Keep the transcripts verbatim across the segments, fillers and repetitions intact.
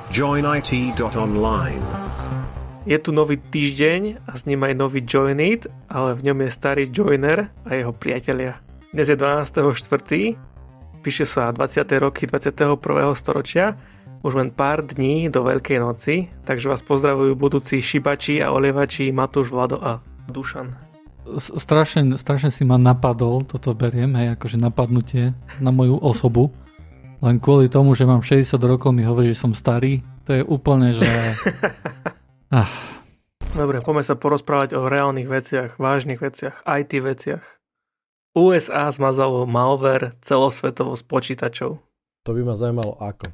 join I T dot online. Je tu nový týždeň a s ním aj nový Joinit, ale v ňom je starý Joiner a jeho priatelia. Dnes je dvanásteho štvrtého Píše sa dvadsiate roky dvadsiateho prvého storočia, už len pár dní do Veľkej noci, takže vás pozdravujú budúci šibači a olievači Matúš, Vlado a Dušan. Strašne, strašne si ma napadol, toto beriem, hej, akože napadnutie na moju osobu. Len kvôli tomu, že mám šesťdesiat rokov, mi hovorí, že som starý. To je úplne, že... Ah. Dobre, poďme sa porozprávať o reálnych veciach, vážnych veciach, í té veciach. ú es á zmazalo malware celosvetovo z počítačov. To by ma zaujímalo ako.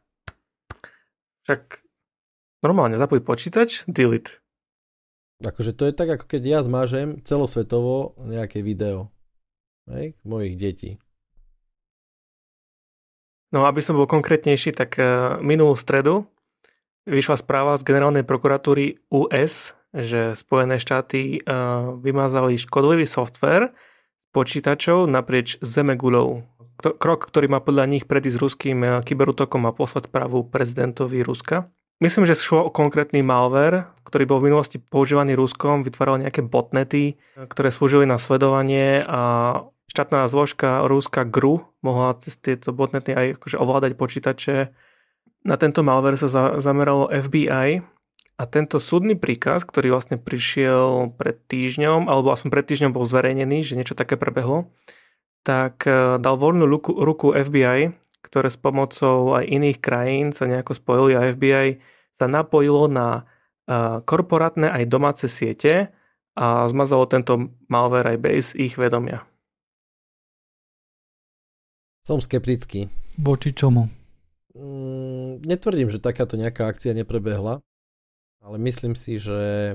Však normálne zapojí počítač, delete. Akože to je tak, ako keď ja zmažem celosvetovo nejaké video. Hej, mojich detí. No, aby som bol konkrétnejší, tak uh, minulú stredu vyšla správa z generálnej prokuratúry ú es, že Spojené štáty uh, vymazali škodlivý software počítačov naprieč zemeguľou. Krok, ktorý má podľa nich predísť ruským uh, kyberútokom a poslať správu prezidentovi Ruska. Myslím, že šlo o konkrétny malware, ktorý bol v minulosti používaný Ruskom, vytváral nejaké botnety, ktoré slúžili na sledovanie a štátna zložka Ruska gé er u mohla cez tieto botnety aj akože ovládať počítače. Na tento malware sa za, zameralo ef bí aj a tento súdny príkaz, ktorý vlastne prišiel pred týždňom, alebo aspoň pred týždňom bol zverejnený, že niečo také prebehlo, tak dal voľnú ruku, ruku ef bí aj, ktoré s pomocou aj iných krajín sa nejako spojili a ef bí aj sa napojilo na korporátne aj domáce siete a zmazalo tento malware aj bez ich vedomia. Som skeptický. Voči čomu? Mm, netvrdím, že takáto nejaká akcia neprebehla, ale myslím si, že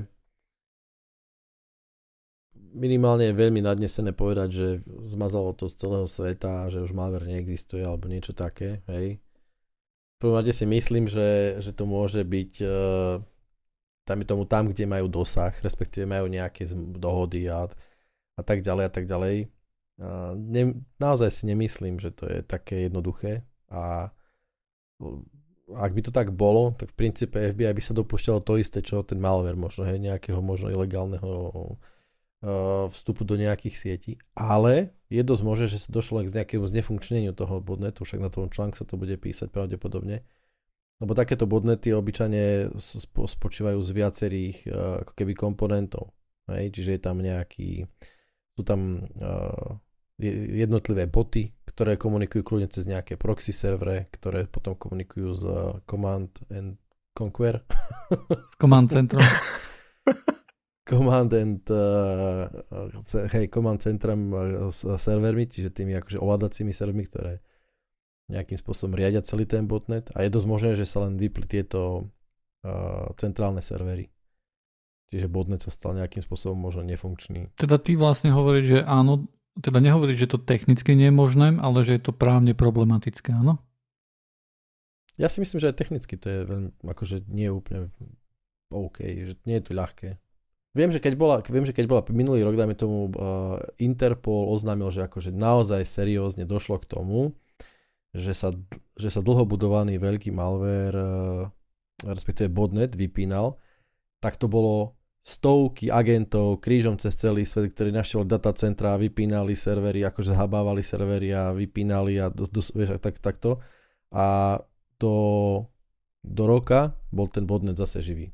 minimálne je veľmi nadnesené povedať, že zmazalo to z celého sveta, že už malware neexistuje alebo niečo také. Hej. V prvom rade si myslím, že, že to môže byť uh, tam, tomu tam, kde majú dosah, respektíve majú nejaké dohody a, a tak ďalej a tak ďalej. Uh, ne, naozaj si nemyslím, že to je také jednoduché a ak by to tak bolo, tak v princípe ef bí aj by sa dopúšťalo to isté, čo ten malware možno, hej, nejakého možno ilegálneho uh, vstupu do nejakých sietí, ale je dosť možné, že sa došlo k nejakému znefunkčneniu toho botnetu, však na tom článku sa to bude písať pravdepodobne, lebo takéto botnety obyčajne spo, spočívajú z viacerých uh, ako keby komponentov, hej, čiže je tam nejaký, sú tam uh, jednotlivé boty, ktoré komunikujú kľudne cez nejaké proxy servere, ktoré potom komunikujú z Command and Conquer. Z Command centrom. Command and uh, hej, Command centrom s servermi, čiže tými akože ovládacími servermi, ktoré nejakým spôsobom riadia celý ten botnet a je dosť možné, že sa len vypli tieto uh, centrálne servery. Čiže botnet sa stal nejakým spôsobom možno nefunkčný. Teda ty vlastne hovoríš, že áno, teda nehovoríš, že to technicky nie je možné, ale že je to právne problematické, áno? Ja si myslím, že aj technicky to je veľmi, akože nie je úplne OK, že nie je to ľahké. Viem, že keď bola, viem, že keď bola minulý rok, dajme tomu, uh, Interpol oznámil, že akože naozaj seriózne došlo k tomu, že sa, že sa dlho budovaný veľký malware, uh, respektíve botnet vypínal, tak to bolo stovky agentov krížom cez celý svet, ktorí navštívali datacentra, vypínali servery, akože zhabávali servery a vypínali a do, do, vieš, tak, takto. A do, do roka bol ten botnet zase živý.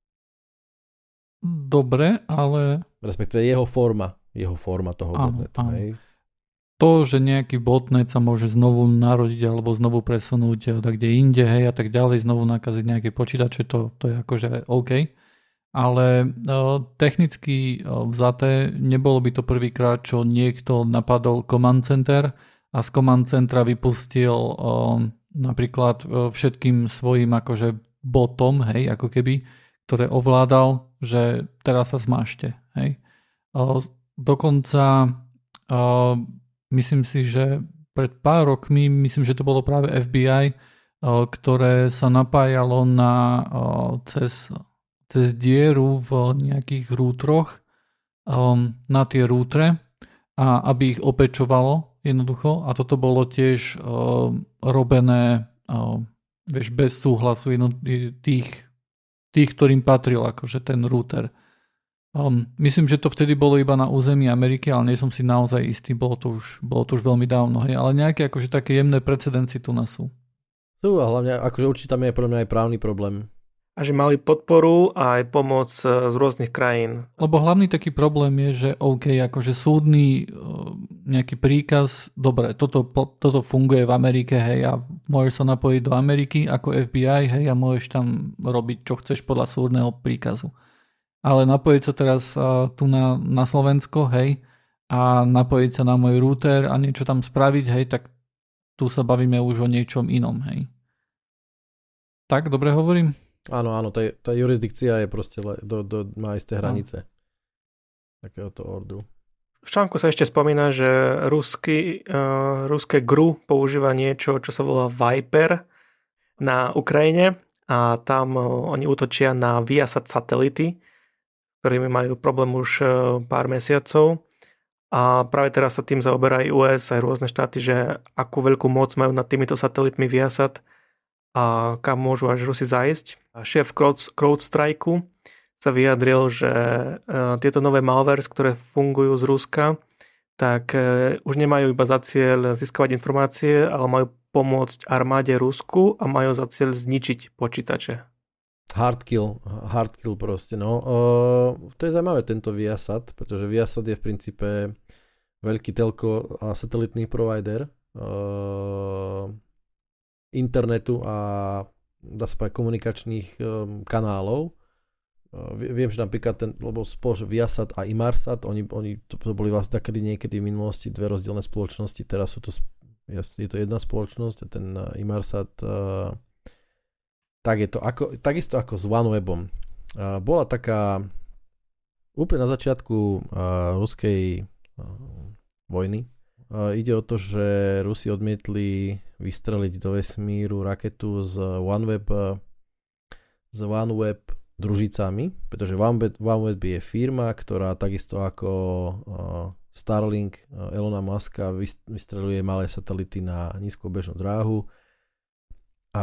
Dobre, ale... Respektíve jeho forma, jeho forma toho áno, botnetu. Áno. Hej. To, že nejaký botnet sa môže znovu narodiť alebo znovu presunúť tak kde inde, hej, a tak ďalej, znovu nakaziť nejaké počítače, to, to je akože OK. Ale uh, technicky uh, vzaté nebolo by to prvýkrát, čo niekto napadol command center a z command centra vypustil uh, napríklad uh, všetkým svojim akože botom, hej, ako keby, ktoré ovládal, že teraz sa zmášte, hej. Uh, dokonca uh, myslím si, že pred pár rokmi, myslím, že to bolo práve ef bí aj, uh, ktoré sa napájalo na uh, cez cez dieru v nejakých rútroch um, na tie rútre a aby ich opečovalo jednoducho a toto bolo tiež uh, robené uh, Vieš, bez súhlasu jedno, tých, tých, ktorým patril akože ten router. Um, myslím, že to vtedy bolo iba na území Ameriky, ale nie som si naozaj istý, bolo to už, bolo to už veľmi dávno, hej, ale nejaké akože také jemné precedenci tu nás sú. Sú a hlavne, akože určite tam je podľa mňa aj právny problém. A že mali podporu a aj pomoc z rôznych krajín. Lebo hlavný taký problém je, že OK, akože súdny nejaký príkaz, dobre, toto, toto funguje v Amerike, hej, a môžeš sa napojiť do Ameriky ako F B I, hej, a môžeš tam robiť, čo chceš podľa súdneho príkazu. Ale napojiť sa teraz uh, tu na, na Slovensko, hej, a napojiť sa na môj router a niečo tam spraviť, hej, tak tu sa bavíme už o niečom inom, hej. Tak, dobre hovorím? Áno, áno, tá, tá jurisdikcia je proste, do, do, má isté hranice. No. Takéhoto ordu. V článku sa ešte spomína, že rusky, uh, ruské gé er u používa niečo, čo sa volá Viper na Ukrajine a tam uh, oni útočia na Viasat satelity, ktorými majú problém už uh, pár mesiacov. A práve teraz sa tým zaoberajú U S aj rôzne štáty, že akú veľkú moc majú nad týmito satelitmi Viasat a kam môžu až Rusi zájsť. A šéf CrowdStrike sa vyjadril, že tieto nové malwares, ktoré fungujú z Ruska, tak už nemajú iba za cieľ získavať informácie, ale majú pomôcť armáde Rusku a majú za cieľ zničiť počítače. Hardkill, hardkill proste, no. Uh, to je zaujímavé, tento Viasat, pretože Viasat je v princípe veľký telko a satelitný provider uh, internetu a dá sa povedať komunikačných um, kanálov. Uh, viem, že napríklad ten, lebo spoločnosť Viasat a Inmarsat, oni, oni to, to boli vlastne takedy niekedy v minulosti dve rozdielne spoločnosti, teraz sú to, je to jedna spoločnosť a ten uh, Inmarsat uh, tak je to ako, takisto ako s OneWebom. Uh, bola taká úplne na začiatku uh, ruskej uh, vojny. Uh, ide o to, že Rusi odmietli vystreliť do vesmíru raketu z OneWeb, uh, z OneWeb družicami, pretože OneWeb, OneWeb je firma, ktorá takisto ako uh, Starlink uh, Elona Muska vystreluje malé satelity na nízkobežnú dráhu a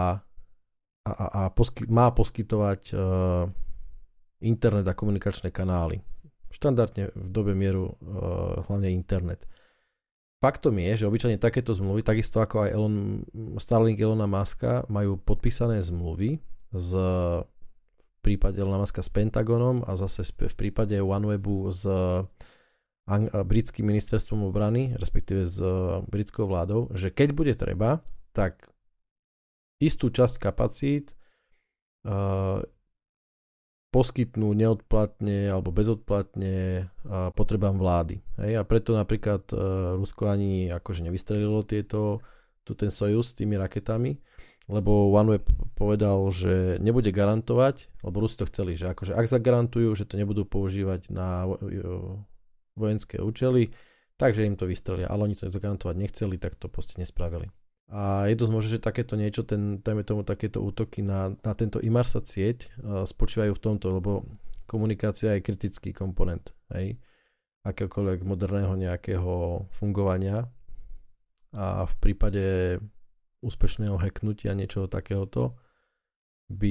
a, a posky, má poskytovať uh, internet a komunikačné kanály. Štandardne v dobe mieru uh, hlavne internet. Faktom je, že obyčajne takéto zmluvy, takisto ako aj Elon, Starlink Elona Muska, majú podpísané zmluvy z, v prípade Elona Muska s Pentagonom a zase v prípade OneWebu s ang- britským ministerstvom obrany, respektíve s uh, britskou vládou, že keď bude treba, tak istú časť kapacít uh, poskytnú neodplatne alebo bezodplatne uh, potrebám vlády. Hej? A preto napríklad uh, Rusko ani akože nevystrelilo tieto, tu ten Sojuz s tými raketami, lebo OneWeb povedal, že nebude garantovať, lebo Rusi to chceli, že akože ak zagarantujú, že to nebudú používať na uh, vojenské účely, takže im to vystrelia. Ale oni to zagarantovať nechceli, tak to proste nespravili. A je dosť možné, že takéto niečo, ten, dajme tomu takéto útoky na, na tento Inmarsat sieť uh, spočívajú v tomto, lebo komunikácia je kritický komponent, hej, akéhokoľvek moderného nejakého fungovania a v prípade úspešného hacknutia niečoho takéhoto by,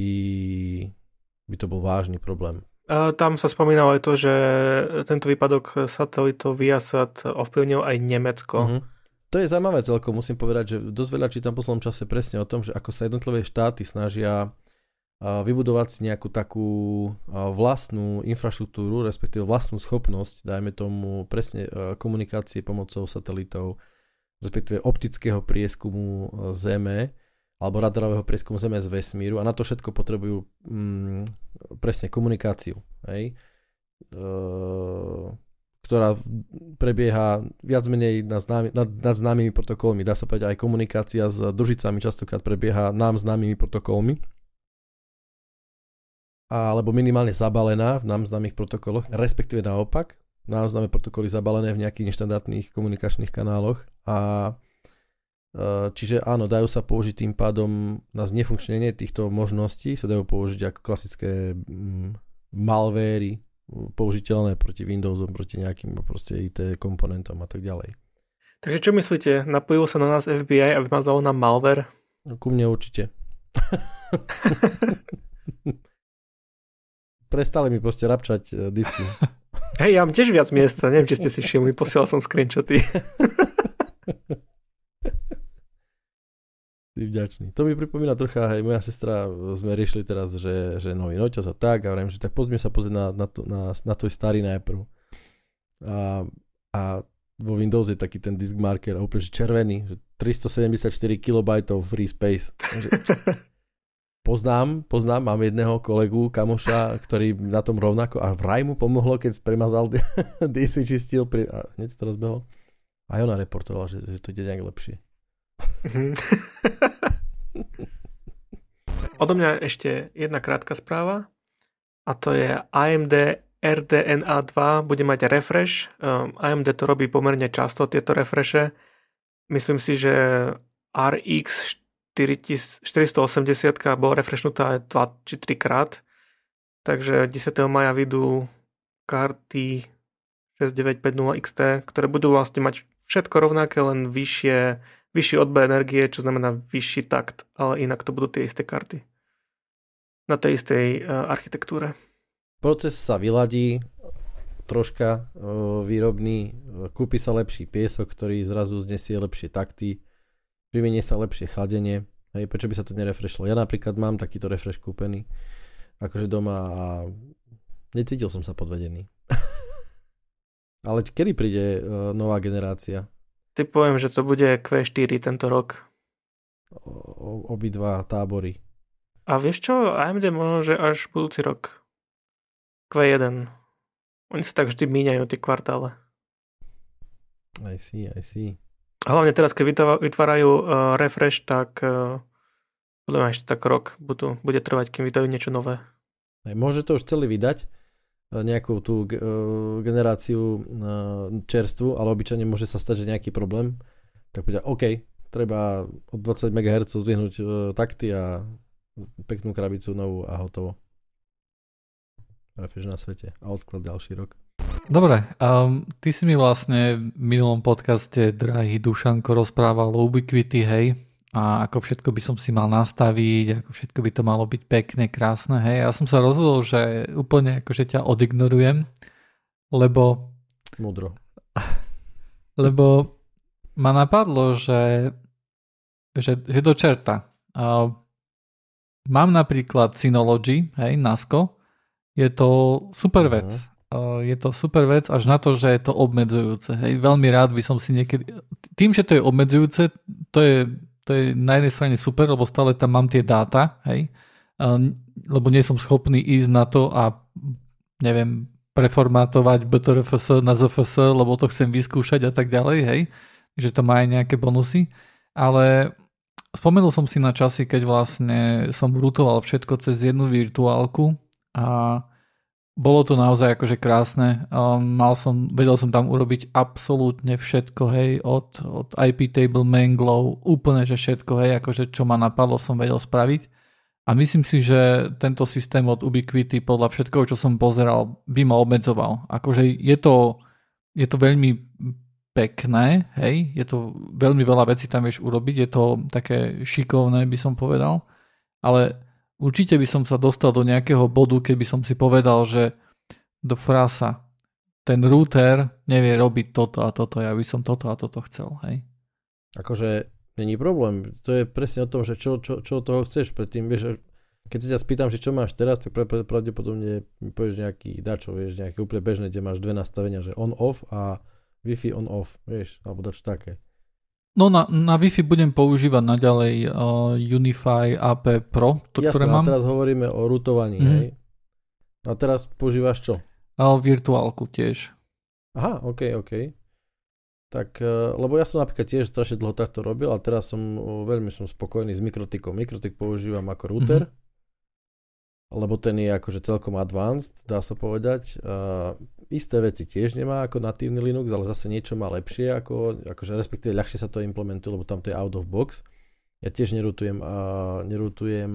by to bol vážny problém. A tam sa spomínalo aj to, že tento výpadok satelitov Viasat ovplyvnil aj Nemecko. Uh-huh. To je zaujímavé celkom, musím povedať, že dosť veľa čítam v poslednom čase presne o tom, že ako sa jednotlivé štáty snažia vybudovať si nejakú takú vlastnú infraštruktúru, respektíve vlastnú schopnosť, dajme tomu presne komunikácie pomocou satelitov, respektíve optického prieskumu Zeme, alebo radarového prieskumu Zeme z vesmíru a na to všetko potrebujú mm, presne komunikáciu, hej? Uh, ktorá prebieha viac menej nad, známy, nad, nad známymi protokolmi. Dá sa povedať aj komunikácia s družicami častokrát prebieha nám známymi protokolmi. Alebo minimálne zabalená v nám známych protokoloch, respektíve naopak. Nám známe protokoly zabalené v nejakých neštandardných komunikačných kanáloch. A čiže áno, dajú sa použiť tým pádom na znefunkčnenie týchto možností, sa dajú použiť ako klasické malvéry, použiteľné proti Windowsom, proti nejakým proste í té komponentom a tak ďalej. Takže čo myslíte? Napojil sa na nás F B I a vymazalo nám malware? Ku mne určite. Prestali mi proste rapčať uh, disky. Hej, ja mám tiež viac miesta, neviem, či ste si všimli, posielal som screenshoty. Ty vďačný. To mi pripomína trocha, hej, moja sestra, sme riešili teraz, že, že nový noťaz a tak, a vrajím, že tak poďme sa pozrieť na, na, to, na, na tvoj starý najprv. A, a vo Windows je taký ten disk marker, úplne že červený, že tristosedemdesiatštyri kilobajtov free space. Poznám, poznám, mám jedného kolegu, kamoša, ktorý na tom rovnako, a vraj mu pomohlo, keď premazal disk, vyčistil, pri, a hneď to rozbehlo. A ona reportovala, že, že to ide nejak lepšie. Odo mňa ešte jedna krátka správa, a to je á em dé er dé en á dva bude mať refresh. Um, á em dé to robí pomerne často, tieto refreshe. Myslím si, že er iks štyristoosemdesiat bola refreshnutá dva či tri krát. Takže desiateho mája vyjdú karty šesť deväť päťdesiat iks té, ktoré budú vlastne mať všetko rovnaké, len vyššie, vyšší odber energie, čo znamená vyšší takt, ale inak to budú tie isté karty. Na tej istej uh, architektúre. Proces sa vyladí troška uh, výrobný, kúpi sa lepší piesok, ktorý zrazu znesie lepšie takty, vyvinie sa lepšie chladenie. Hej, prečo by sa to nerefreshlo? Ja napríklad mám takýto refresh kúpený akože doma a necítil som sa podvedený. Ale kedy príde uh, nová generácia? Typujem, že to bude kvé štyri tento rok. O, obidva tábory. A vieš čo? á em dé možno, že až budúci rok. kvé jeden. Oni sa tak vždy míňajú tie kvartále. I see, I see. A hlavne teraz, keď vytvárajú uh, refresh, tak uh, podľa mňa ešte tak rok budú, bude trvať, kým vydajú niečo nové. Môže to už chceli vydať, nejakú tú uh, generáciu uh, čerstvu, ale obyčajne môže sa stať, že nejaký problém. Tak povedať, OK, treba od dvadsať megahertzov zdvihnúť uh, takty a peknú krabicu novú a hotovo. Refresh na svete a odklad ďalší rok. Dobre, um, ty si mi vlastne v minulom podcaste, drahý Dušanko, rozprával o Ubiquiti, hej, a ako všetko by som si mal nastaviť, ako všetko by to malo byť pekné, krásne, hej. Ja som sa rozhodol, že úplne akože ťa odignorujem, lebo... Múdro. Lebo ma napadlo, že, že, že do čerta. Uh, mám napríklad Synology, hej, Nasko, je to super vec. Uh-huh. Je to super vec, až na to, že je to obmedzujúce. Hej. Veľmi rád by som si niekedy... Tým, že to je obmedzujúce, to je, to je na jednej strane super, lebo stále tam mám tie dáta, hej. Lebo nie som schopný ísť na to a neviem, preformátovať bé té er ef es na zet ef es, lebo to chcem vyskúšať a tak ďalej, hej. Že to má aj nejaké bonusy. Ale spomenul som si na časy, keď vlastne som rootoval všetko cez jednu virtuálku a bolo to naozaj akože krásne. Um, mal som, vedel som tam urobiť absolútne všetko, hej, od, od í pé table, Manglow, úplne, že všetko, hej, akože čo ma napadlo, som vedel spraviť. A myslím si, že tento systém od Ubiquiti podľa všetkoho, čo som pozeral, by ma obmedzoval. Akože je to, je to veľmi pekné, hej, je to veľmi veľa vecí tam vieš urobiť, je to také šikovné, by som povedal, ale určite by som sa dostal do nejakého bodu, keby som si povedal, že do frasa, ten router nevie robiť toto a toto, ja by som toto a toto chcel, hej. Akože není problém, to je presne o tom, že čo, čo, čo toho chceš predtým, vieš, keď sa ťa spýtam, že čo máš teraz, tak pravdepodobne mi povieš nejaký dačo, vieš, nejaké úplne bežné, kde máš dve nastavenia, že on-off a Wi-Fi on-off, vieš, alebo dačo také. No na, na Wi-Fi budem používať naďalej uh, Unify á pé Pro, to, jasné, ktoré mám. Jasné, a teraz hovoríme o routovaní, mm-hmm. hej? A teraz používaš čo? Uh, virtuálku tiež. Aha, ok, ok. Tak, uh, lebo ja som napríklad tiež strašne dlho takto robil, a teraz som uh, veľmi som spokojný s Mikrotikom. Mikrotik používam ako router, mm-hmm. lebo ten je akože celkom advanced, dá sa povedať. Uh, Isté veci tiež nemá ako natívny Linux, ale zase niečo má lepšie, ako, akože respektíve ľahšie sa to implementuje, lebo tam to je out of box. Ja tiež nerutujem, uh, nerutujem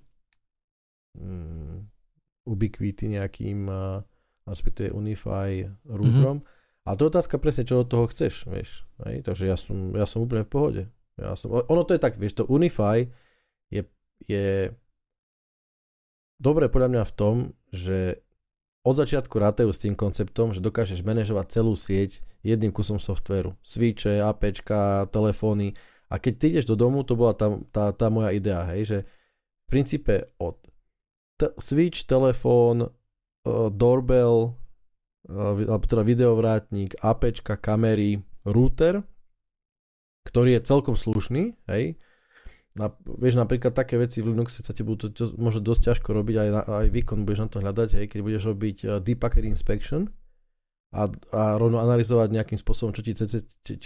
um, Ubiquiti nejakým, uh, respektíve Unify routerom. Mm-hmm. Ale to je otázka presne, čo od toho chceš, vieš. Hej? Takže ja som, ja som úplne v pohode. Ja som, ono to je tak, vieš, to Unify je, je dobré podľa mňa v tom, že od začiatku rátajú s tým konceptom, že dokážeš manažovať celú sieť jedným kusom softvéru. Switche, APčka, telefóny. A keď ty ideš do domu, to bola tá, tá, tá moja idea, hej, že v princípe od t- Switch, telefón, uh, doorbell, uh, alebo teda videovrátnik, APčka, kamery, router, ktorý je celkom slušný, hej. Na, vieš, napríklad také veci v Linuxe sa ti budú to, to môže dosť ťažko robiť, aj, na, aj výkon budeš na to hľadať, hej, keď budeš robiť uh, deep packet inspection a, a rovno analyzovať nejakým spôsobom, čo ti cece,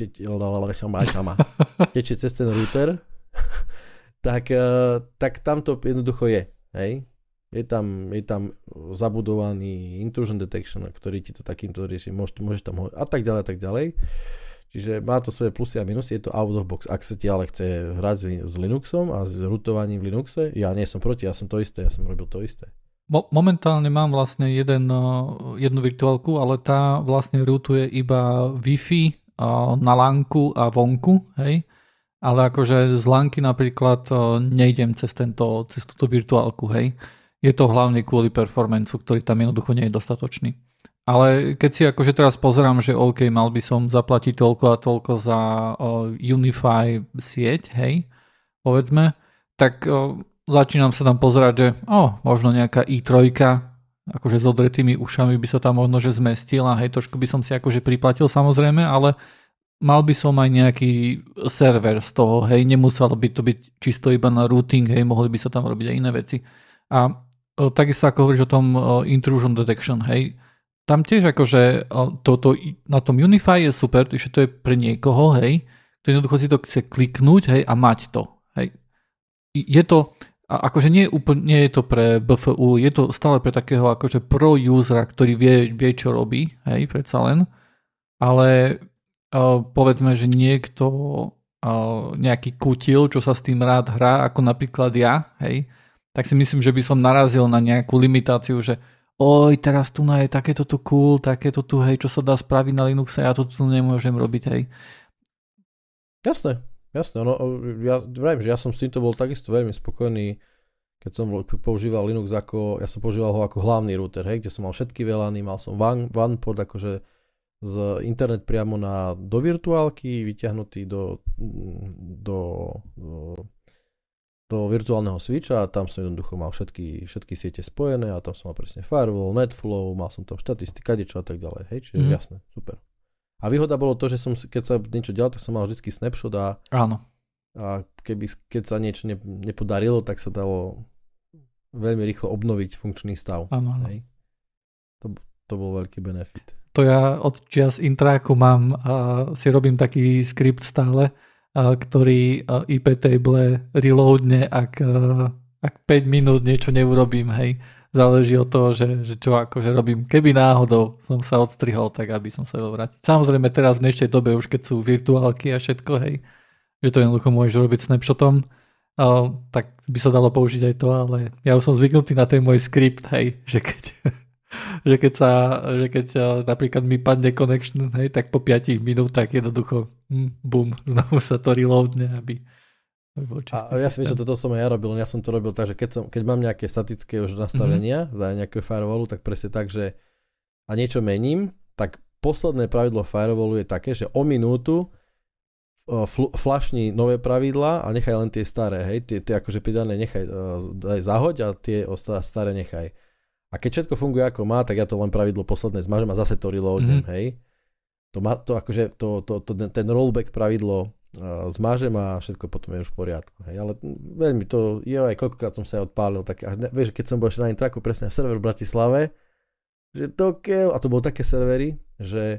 tečie cez ten router, tak, uh, tak tam to jednoducho je, hej. Je tam, je tam zabudovaný intrusion detection, ktorý ti to takýmto rieši, môžeš, môžeš tam hovoriť a tak ďalej, a tak ďalej. Čiže má to svoje plusy a minusy, je to out of box. Ak sa ti ale chce hrať s Linuxom a s rootovaním v Linuxe, ja nie som proti, ja som to isté, ja som robil to isté. Mo- momentálne mám vlastne jeden, jednu virtuálku, ale tá vlastne rootuje iba Wi-Fi na lánku a vonku, hej. Ale akože z lánky napríklad nejdem cez, tento, cez túto virtuálku, hej. Je to hlavne kvôli performanceu, ktorý tam jednoducho nie je dostatočný. Ale keď si akože teraz pozerám, že OK, mal by som zaplatiť toľko a toľko za uh, Unify sieť, hej, povedzme, tak uh, začínam sa tam pozerať, že oh, možno nejaká í tri, akože s odretými ušami by sa tam možno že zmestila, hej, trošku by som si akože priplatil samozrejme, ale mal by som aj nejaký server z toho, hej, nemuselo by to byť čisto iba na routing, hej, mohli by sa tam robiť aj iné veci. A uh, takisto ako hovoríš o tom uh, intrusion detection, hej, tam tiež akože to, to, na tom Unify je super, že to je pre niekoho, hej, to jednoducho si to chce kliknúť, hej, a mať to, hej. Je to, akože nie, úplne, nie je to pre bé ef ú, je to stále pre takého akože pro usera, ktorý vie, vie čo robí, hej, predsa len, ale uh, povedzme, že niekto uh, nejaký kutil, čo sa s tým rád hrá, ako napríklad ja, hej, tak si myslím, že by som narazil na nejakú limitáciu, že oj, teraz tu je takéto tu cool, takéto tu, hej, čo sa dá spraviť na Linuxe, ja to tu nemôžem robiť, hej. Jasné, jasné, no, ja vravím, že ja som s týmto bol takisto veľmi spokojný, keď som používal Linux ako, ja som používal ho ako hlavný router, hej, kde som mal všetky velany, mal som WAN, WAN pod akože z internet priamo na, do virtuálky, vyťahnutý do, do, do do virtuálneho switcha a tam som jednoducho mal všetky, všetky siete spojené a tam som mal presne firewall, netflow, mal som tam štatistiky, kadečo a tak ďalej, hej, čiže mm. jasné, super. A výhoda bolo to, že som, keď sa niečo dialo, tak som mal vždycky snapshot a, áno. a keby, keď sa niečo ne, nepodarilo, tak sa dalo veľmi rýchlo obnoviť funkčný stav. Áno, áno. Hej. To, to bol veľký benefit. To ja od čias intráku mám, uh, si robím taký skript stále, ktorý í pé table reloadne, ak, ak päť minút niečo neurobím, hej. Záleží od toho, že, že čo akože robím. Keby náhodou som sa odstrihol, tak aby som sa vedel vrátiť. Samozrejme teraz v dnešnej dobe, už keď sú virtuálky a všetko, hej, že to jednoducho môžeš robiť snapshotom, tak by sa dalo použiť aj to, ale ja už som zvyknutý na ten môj skript, hej, že keď... že keď sa, že keď napríklad mi padne connection, hej, tak po piatich minútach jednoducho hm, bum, znovu sa to reloadne, aby, aby bol čistý A ja si viem, že toto som aj ja robil, ja som to robil tak, že keď, som, keď mám nejaké statické už nastavenia, mm-hmm. za nejakého firewallu, tak presne tak, že a niečo mením, tak posledné pravidlo firewallu je také, že o minútu fl- flašni nové pravidlá a nechaj len tie staré, hej, tie, tie akože pridané nechaj, daj zahoď a tie staré nechaj. A keď všetko funguje ako má, tak ja to len pravidlo posledné zmažem a zase to reloadnem, mm-hmm. hej. To má, to akože, to, to, to, ten rollback pravidlo uh, zmažem a všetko potom je už v poriadku, hej. Ale veľmi to, je aj koľkokrát som sa aj odpálil, tak, a ne, vieš, keď som bol ešte na intraku, presne server v Bratislave, že to keľ, a to bolo také servery, že,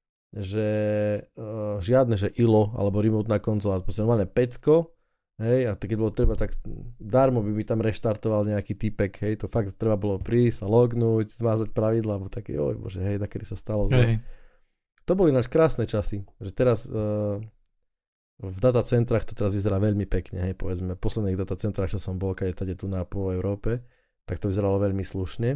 že uh, žiadne, že í el o, alebo remote na konzola, proste normálne pecko, hej, a keď bolo treba, tak darmo by by tam reštartoval nejaký typek, hej, to fakt treba bolo prísť a lognúť, zmázať pravidla, alebo také, oj bože, hej, takedy sa stalo. Hej. To boli náš krásne časy, že teraz uh, v datacentrách to teraz vyzerá veľmi pekne, hej, povedzme, v posledných datacentrách, čo som bol, keď je tu na po Európe, tak to vyzeralo veľmi slušne,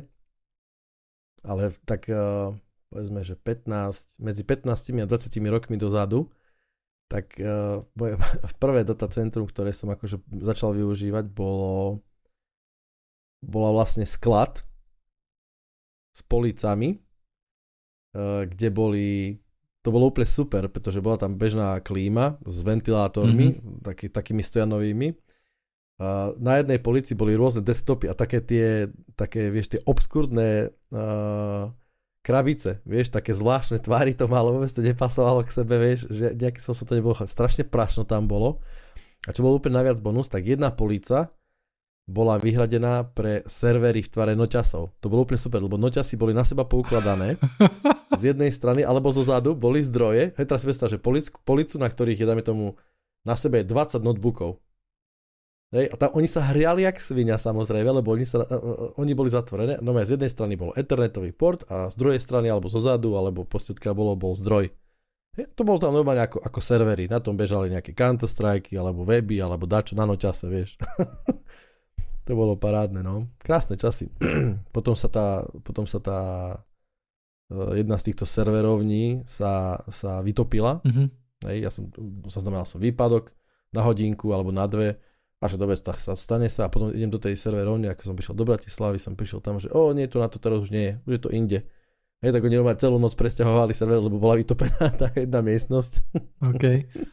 ale tak uh, povedzme, že pätnásť, medzi pätnástimi a dvadsiatimi rokmi dozadu, tak uh, moje prvé datacentrum, ktoré som akože začal využívať, bolo bola vlastne sklad s policami, uh, kde boli, to bolo úplne super, pretože bola tam bežná klíma s ventilátormi, mm-hmm. taký, takými stojanovými. Uh, na jednej polici boli rôzne desktopy a také tie, také, vieš, tie obskúrne uh, krabice, vieš, také zvláštne tvary to malo, vôbec to nepasovalo k sebe, vieš, že nejaký spôsob to nebolo, strašne prašno tam bolo. A čo bolo úplne najviac bonus, tak jedna polica bola vyhradená pre servery v tvare noťasov. To bolo úplne super, lebo noťasy boli na seba poukladané z jednej strany, alebo zo zadu boli zdroje. Hej, teraz si predstav, že polic, policu, na ktorých je, dáme tomu, na sebe dvadsať notebookov. Hej, a tam oni sa hriali jak svinia, samozrejme, lebo oni, sa, uh, oni boli zatvorené. No z jednej strany bol ethernetový port a z druhej strany, alebo zo zadu, alebo postiedka bolo, bol zdroj. Hej, to bolo tam normálne ako, ako servery. Na tom bežali nejaké Counter-Strike, alebo weby, alebo dačo na noťase, vieš. To bolo parádne, no. Krásne časy. potom sa tá, potom sa tá uh, jedna z týchto serverovní sa, sa vytopila. Mm-hmm. Hej, ja som, zaznamenal som výpadok na hodinku alebo na dve. Až dobre, tak sa stane sa a potom idem do tej serverovne, ako som prišiel do Bratislavy, som prišiel tam, že o, nie, to na to teraz už nie je, už je to inde. Hej, tak oni ma celú noc presťahovali server, lebo bola vytopená tá jedna miestnosť. OK.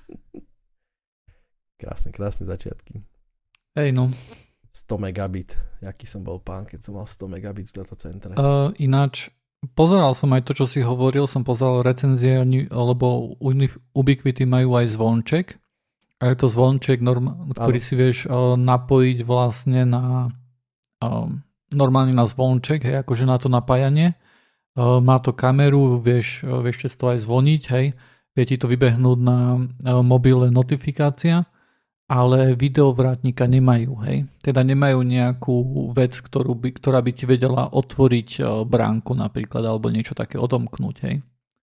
Krásne, krásne začiatky. Hej, no. sto megabit. Jaký som bol pán, keď som mal sto megabit v datacentre. Uh, ináč, pozeral som aj to, čo si hovoril, som pozeral recenzie, lebo Ubiquiti majú aj zvonček. A je to zvonček, norm, ktorý ano. Si vieš uh, napojiť vlastne na uh, normálne na zvonček, hej, akože na to napájanie. Uh, má to kameru, vieš, uh, vieš to aj zvoniť, hej. Vie ti to vybehnúť na uh, mobile notifikácia, ale videovrátnika nemajú, hej. Teda nemajú nejakú vec, ktorú by, ktorá by ti vedela otvoriť uh, bránku napríklad, alebo niečo také odomknúť, hej.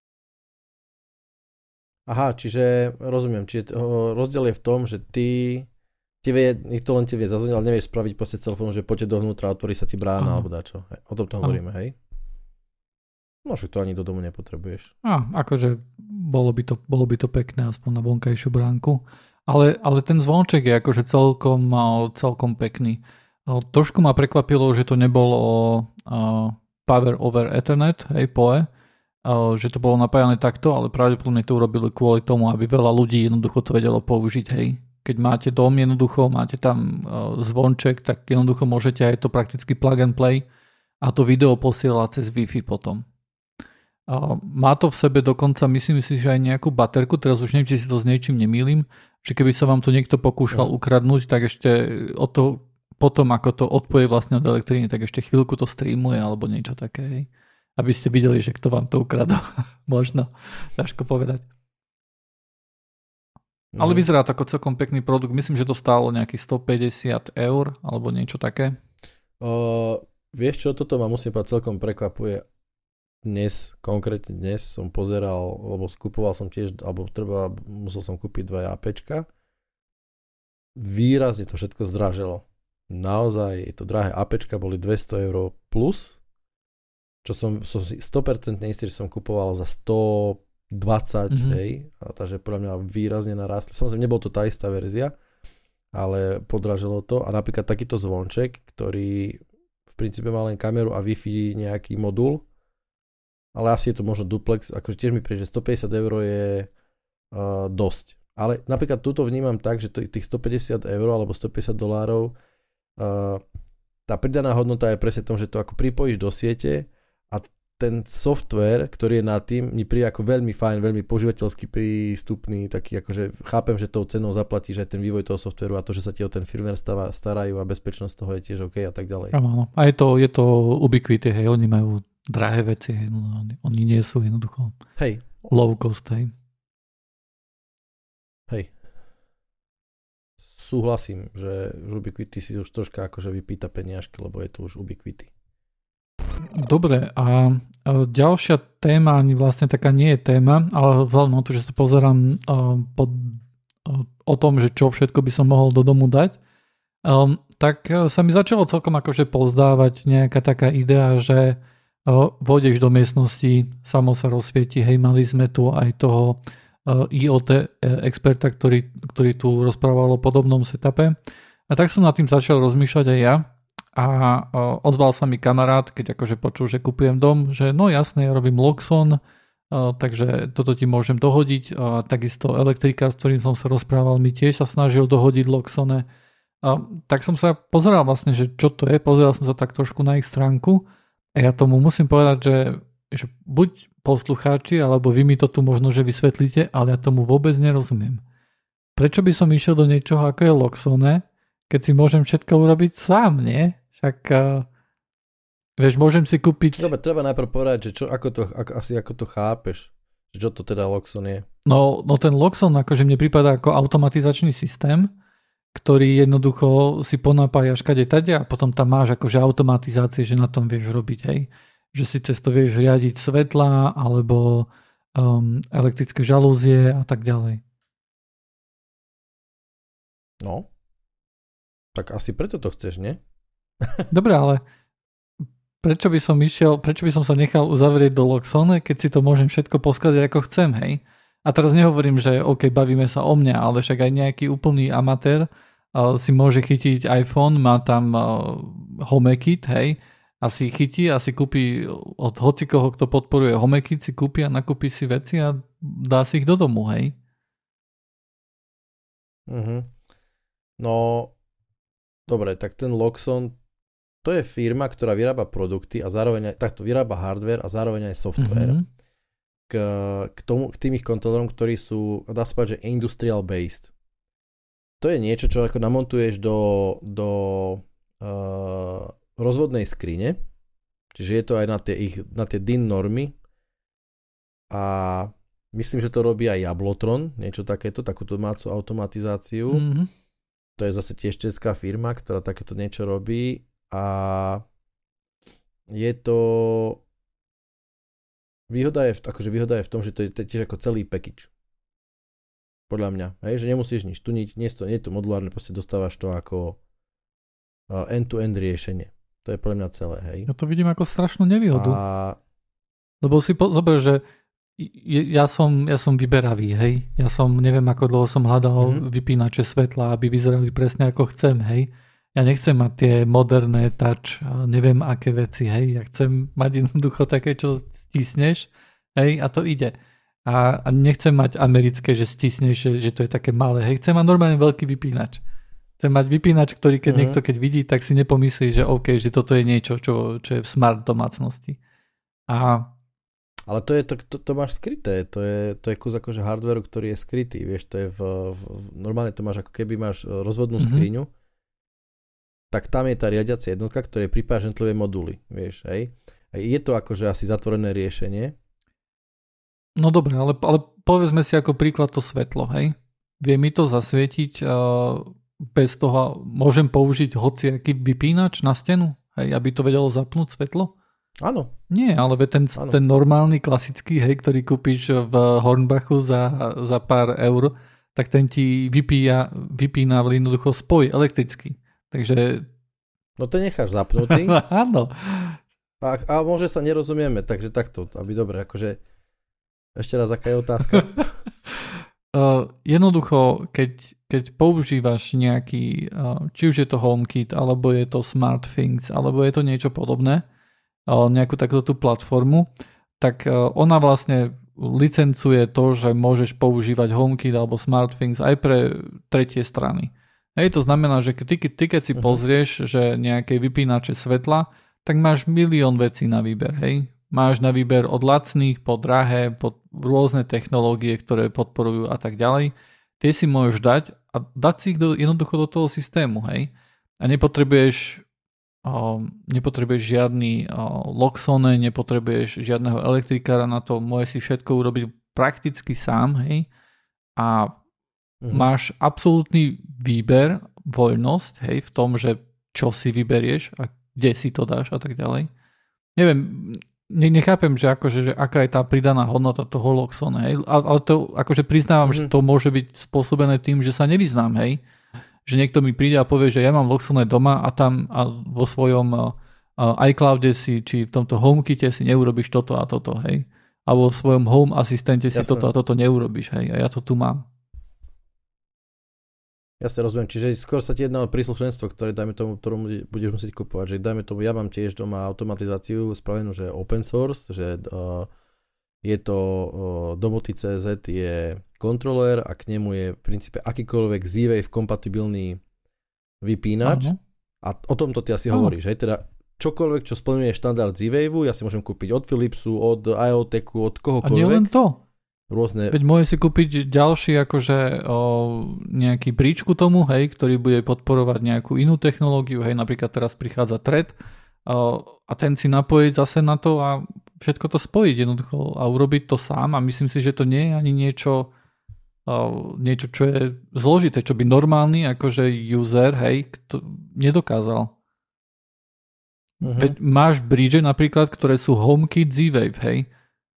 Aha, čiže rozumiem, čiže rozdiel je v tom, že ty, ty vie, nikto len ti vie zazvoniť, ale nevieš spraviť proste telefónu, že poďte dovnútra, otvorí sa ti brána, aha, alebo dačo. O tom to hovoríme, aha, hej? No, že to ani do domu nepotrebuješ. Á, akože bolo by to, bolo by to pekné, aspoň na vonkajšiu bránku. Ale, ale ten zvonček je akože celkom, celkom pekný. Trošku ma prekvapilo, že to nebolo uh, Power over Ethernet, hej, P O E, že to bolo napájané takto, ale pravdepodobne to urobili kvôli tomu, aby veľa ľudí jednoducho to vedelo použiť, hej. Keď máte dom jednoducho, máte tam zvonček, tak jednoducho môžete aj to prakticky plug and play a to video posielať cez Wi-Fi potom. Má to v sebe dokonca, myslím si, že aj nejakú baterku, teraz už neviem, či si to s niečím nemýlim, že keby sa vám to niekto pokúšal no. ukradnúť, tak ešte o to, potom ako to odpoje vlastne od elektriny, tak ešte chvíľku to streamuje alebo niečo také, hej. Aby ste videli, že kto vám to ukradol. Možno. Ťažko povedať. Mm. Ale vyzerá to ako celkom pekný produkt. Myslím, že to stálo nejakých stopäťdesiat eur alebo niečo také. Uh, vieš čo, toto ma musím povedať celkom prekvapuje. Dnes, konkrétne dnes som pozeral, lebo skupoval som tiež, alebo treba, musel som kúpiť dva APčka. Výrazne to všetko zdraželo. Naozaj je to drahé. APčka boli dvesto eur plus, čo som, som si sto percent istý, že som kupoval za stodvadsať, mm-hmm. hej, a takže podľa mňa výrazne narastli. Samozrejme, nebol to tá istá verzia, ale podražilo to. A napríklad takýto zvonček, ktorý v princípe má len kameru a Wi-Fi nejaký modul, ale asi je to možno duplex, akože tiež mi príde, že stopäťdesiat eur je uh, dosť. Ale napríklad túto vnímam tak, že tých stopäťdesiat eur alebo stopäťdesiat dolárov, uh, tá pridaná hodnota je presne v tom, že to ako pripojíš do siete, a ten software, ktorý je nad tým, mi príde ako veľmi fajn, veľmi používateľsky prístupný, taký akože chápem, že tou cenou zaplatíš aj ten vývoj toho softwaru a to, že sa ti o ten firmware stáva, starajú a bezpečnosť toho je tiež OK a tak ďalej. Áno, a je to, je to Ubiquiti, hej, oni majú drahé veci, hej, no, oni, oni nie sú jednoducho hej. low cost, hej. Hej. Súhlasím, že Ubiquiti si už troška akože vypýta peniažky, lebo je to už Ubiquiti. Dobre, a ďalšia téma, ani vlastne taká nie je téma, ale vzhľadom na to, že sa pozerám pod, o tom, že čo všetko by som mohol do domu dať, tak sa mi začalo celkom akože pozdávať nejaká taká idea, že vôjdeš do miestnosti, samo sa rozsvieti, hej, mali sme tu aj toho í ó té experta, ktorý, ktorý tu rozprával o podobnom setupe. A tak som nad tým začal rozmýšľať aj ja a ozval sa mi kamarát, keď akože počul, že kupujem dom, že no jasné, ja robím Loxon, takže toto ti môžem dohodiť. A takisto elektrikár, s ktorým som sa rozprával, mi tiež sa snažil dohodiť Loxone. A tak som sa pozeral vlastne, že čo to je, pozeral som sa tak trošku na ich stránku a ja tomu musím povedať, že, že buď poslucháči, alebo vy mi to tu možno, že vysvetlíte, ale ja tomu vôbec nerozumiem. Prečo by som išiel do niečoho, ako je Loxone, keď si môžem všetko urobiť sám, nie? Však, uh, vieš, môžem si kúpiť... Dobre, treba najprv povedať, že čo, ako to, ako, asi ako to chápeš, že čo to teda Loxon je. No, no ten Loxon, akože mne prípada ako automatizačný systém, ktorý jednoducho si ponapájaš kade tade a potom tam máš akože automatizácie, že na tom vieš robiť, hej. Že si cez to vieš riadiť svetla alebo um, elektrické žalúzie a tak ďalej. No, tak asi preto to chceš, nie? Dobre, ale prečo by som išiel, prečo by som sa nechal uzavrieť do Loxone, keď si to môžem všetko poskladať ako chcem, hej? A teraz nehovorím, že OK, bavíme sa o mne, ale však aj nejaký úplný amatér uh, si môže chytiť iPhone, má tam uh, HomeKit, hej? A si chytí a si kúpi od hocikoho, kto podporuje HomeKit, si kúpi a nakúpi si veci a dá si ich do domu, hej? Mhm. No, dobre, tak ten Loxon, to je firma, ktorá vyrába produkty a zároveň aj, takto vyrába hardware a zároveň aj software. Mm-hmm. K, k, tomu, k tým ich kontrolerom, ktorí sú, dá sa povedať, že industrial based. To je niečo, čo ako namontuješ do, do uh, rozvodnej skrine, čiže je to aj na tie, ich, na tie D I N normy a myslím, že to robí aj Jablotron, niečo takéto, takú domácu automatizáciu. Mm-hmm. To je zase tiež česká firma, ktorá takéto niečo robí a je to výhoda je, v, akože výhoda je v tom, že to je tiež ako celý package. Podľa mňa, hej, že nemusíš nič tuniť, nie je to, nie je to modulárne, proste dostávaš to ako end-to-end riešenie. To je podľa mňa celé, hej. Ja to vidím ako strašnú nevýhodu. A... Lebo si po, zober, že ja som, ja som vyberavý, hej. Ja som, neviem ako dlho som hľadal mm-hmm. vypínače svetla, aby vyzerali presne ako chcem, hej. Ja nechcem mať tie moderné touch, neviem aké veci, hej. Ja chcem mať jednoducho také, čo stisneš, hej, a to ide. A, a nechcem mať americké, že stisneš, že, že to je také malé, hej. Chcem mať normálne veľký vypínač. Chcem mať vypínač, ktorý keď mm-hmm. niekto keď vidí, tak si nepomyslí, že OK, že toto je niečo, čo, čo je v smart domácnosti. A ale to, je, to, to, to máš skryté, to je, to je kus akože hardwareu, ktorý je skrytý, vieš, to je v, v, normálne to máš ako keby máš rozvodnú mm-hmm. skriňu, tak tam je tá riadiacia jednotka, ktoré pripája jednotlivé moduly, vieš, hej. A je to akože asi zatvorené riešenie. No dobre, ale, ale povedzme si ako príklad to svetlo, hej. Vie mi to zasvietiť, uh, bez toho môžem použiť hociaký vypínač na stenu, hej, aby to vedelo zapnúť svetlo? Áno. Nie, ale ten, ten normálny, klasický, hej, ktorý kúpiš v Hornbachu za, za pár eur, tak ten ti vypíja, vypína jednoducho spoj elektrický. Takže... No to necháš zapnutý. Áno. A, a môže sa nerozumieme, takže takto, aby dobre, akože ešte raz, aká je otázka? uh, jednoducho, keď, keď používaš nejaký, uh, či už je to HomeKit, alebo je to SmartThings, alebo je to niečo podobné, nejakú takúto tú platformu, tak ona vlastne licencuje to, že môžeš používať HomeKit alebo SmartThings aj pre tretie strany. Hej, to znamená, že ty, ty keď si pozrieš, že nejaké vypínače svetla, tak máš milión vecí na výber. Hej. Máš na výber od lacných po drahé, po rôzne technológie, ktoré podporujú a tak ďalej. Tie si môžeš dať a dať si ich do, jednoducho do toho systému. Hej. A nepotrebuješ Uh, nepotrebuješ žiadny uh, Loxone, nepotrebuješ žiadneho elektrikára na to, môžeš si všetko urobiť prakticky sám, hej, a mhm. máš absolútny výber, voľnosť, hej, v tom, že čo si vyberieš a kde si to dáš a tak ďalej. Neviem, ne, nechápem, že akože, že aká je tá pridaná hodnota toho Loxone, hej, ale to akože priznávam, mhm. že to môže byť spôsobené tým, že sa nevyznám, hej, že niekto mi príde a povie, že ja mám Loxone doma a tam a vo svojom uh, iCloude si, či v tomto HomeKite si neurobíš toto a toto, hej. alebo v svojom home asistente si Jasné. toto a toto neurobíš, hej, a ja to tu mám. Ja sa rozumiem, čiže skôr sa ti jedná o príslušenstvo, ktoré dajme tomu, ktorom budeš musieť kupovať, že dajme tomu, ja mám tiež doma automatizáciu spravenú, že open source, že uh, je to uh, domoty bodka cé zet je kontroler a k nemu je v princípe akýkoľvek Z-Wave kompatibilný vypínač. Aha. A o tomto ty asi Aha. hovoríš, hej, teda čokoľvek, čo splňuje štandard Z-Waveu, ja si môžem kúpiť od Philipsu, od IoTechu, od kohokoľvek. A nielen to. Rôzne... Veď môže si kúpiť ďalší akože o, nejaký príčku tomu, hej, ktorý bude podporovať nejakú inú technológiu, hej, napríklad teraz prichádza Thread o, a ten si napojiť zase na to a všetko to spojiť jednoducho a urobiť to sám a myslím si, že to nie je ani niečo o, niečo, čo je zložité, čo by normálny akože user, hej, kto, nedokázal. Uh-huh. Veď máš bridge napríklad, ktoré sú HomeKit Z-Wave, hej.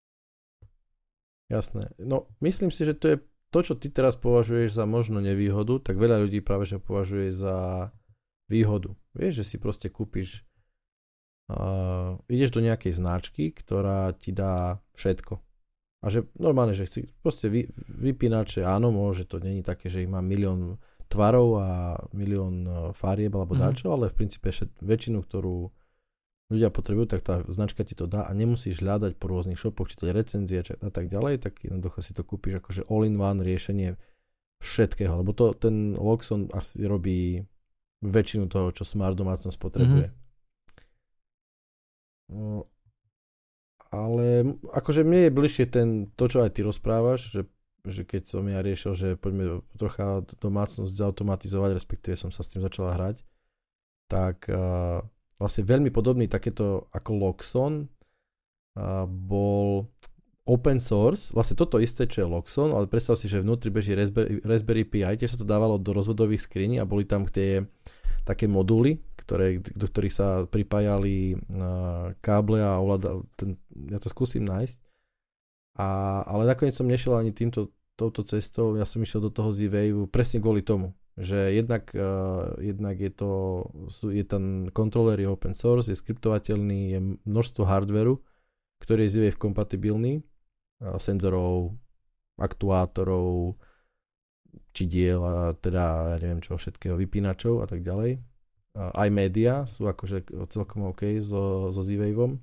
Jasné. No, myslím si, že to je to, čo ty teraz považuješ za možno nevýhodu, tak veľa ľudí práve že považuje za výhodu. Vieš, že si proste kúpiš uh, ideš do nejakej značky, ktorá ti dá všetko. A že normálne, že chci proste vy, vypínače, áno, môže to není také, že ich má milión tvarov a milión farieb alebo mm-hmm. dáčo, ale v princípe väčšinu, ktorú ľudia potrebujú, tak tá značka ti to dá a nemusíš hľadať po rôznych shopoch, či to je recenzia a tak ďalej, tak jednoducho si to kúpiš akože all-in-one riešenie všetkého, lebo to, ten Loxon asi robí väčšinu toho, čo smart domácnosť potrebuje. Mm-hmm. No, ale akože mne je bližšie ten, to, čo aj ty rozprávaš, že, že keď som ja riešil, že poďme trocha domácnosť zautomatizovať, respektíve som sa s tým začala hrať, tak uh, vlastne veľmi podobný takéto ako Loxon uh, bol open source, vlastne toto isté, čo je Loxon, ale predstav si, že vnútri beží Raspberry, Raspberry Pi, tiež sa to dávalo do rozvodových skriní a boli tam tie také moduly, ktoré, do ktorých sa pripájali uh, káble a ovláda, ten, ja to skúsim nájsť. A, ale nakoniec som nešiel ani týmto, touto cestou, ja som išiel do toho Z-Waveu presne kvôli tomu, že jednak, uh, jednak je to, sú, je ten kontroler je open source, je skriptovateľný, je množstvo hardveru, ktorý je Z-Wave kompatibilný, uh, senzorov, aktuátorov, čidiel a teda, ja neviem čo, všetkého, vypínačov a tak ďalej. Uh, aj média sú akože celkom OK so, so Z-Waveom.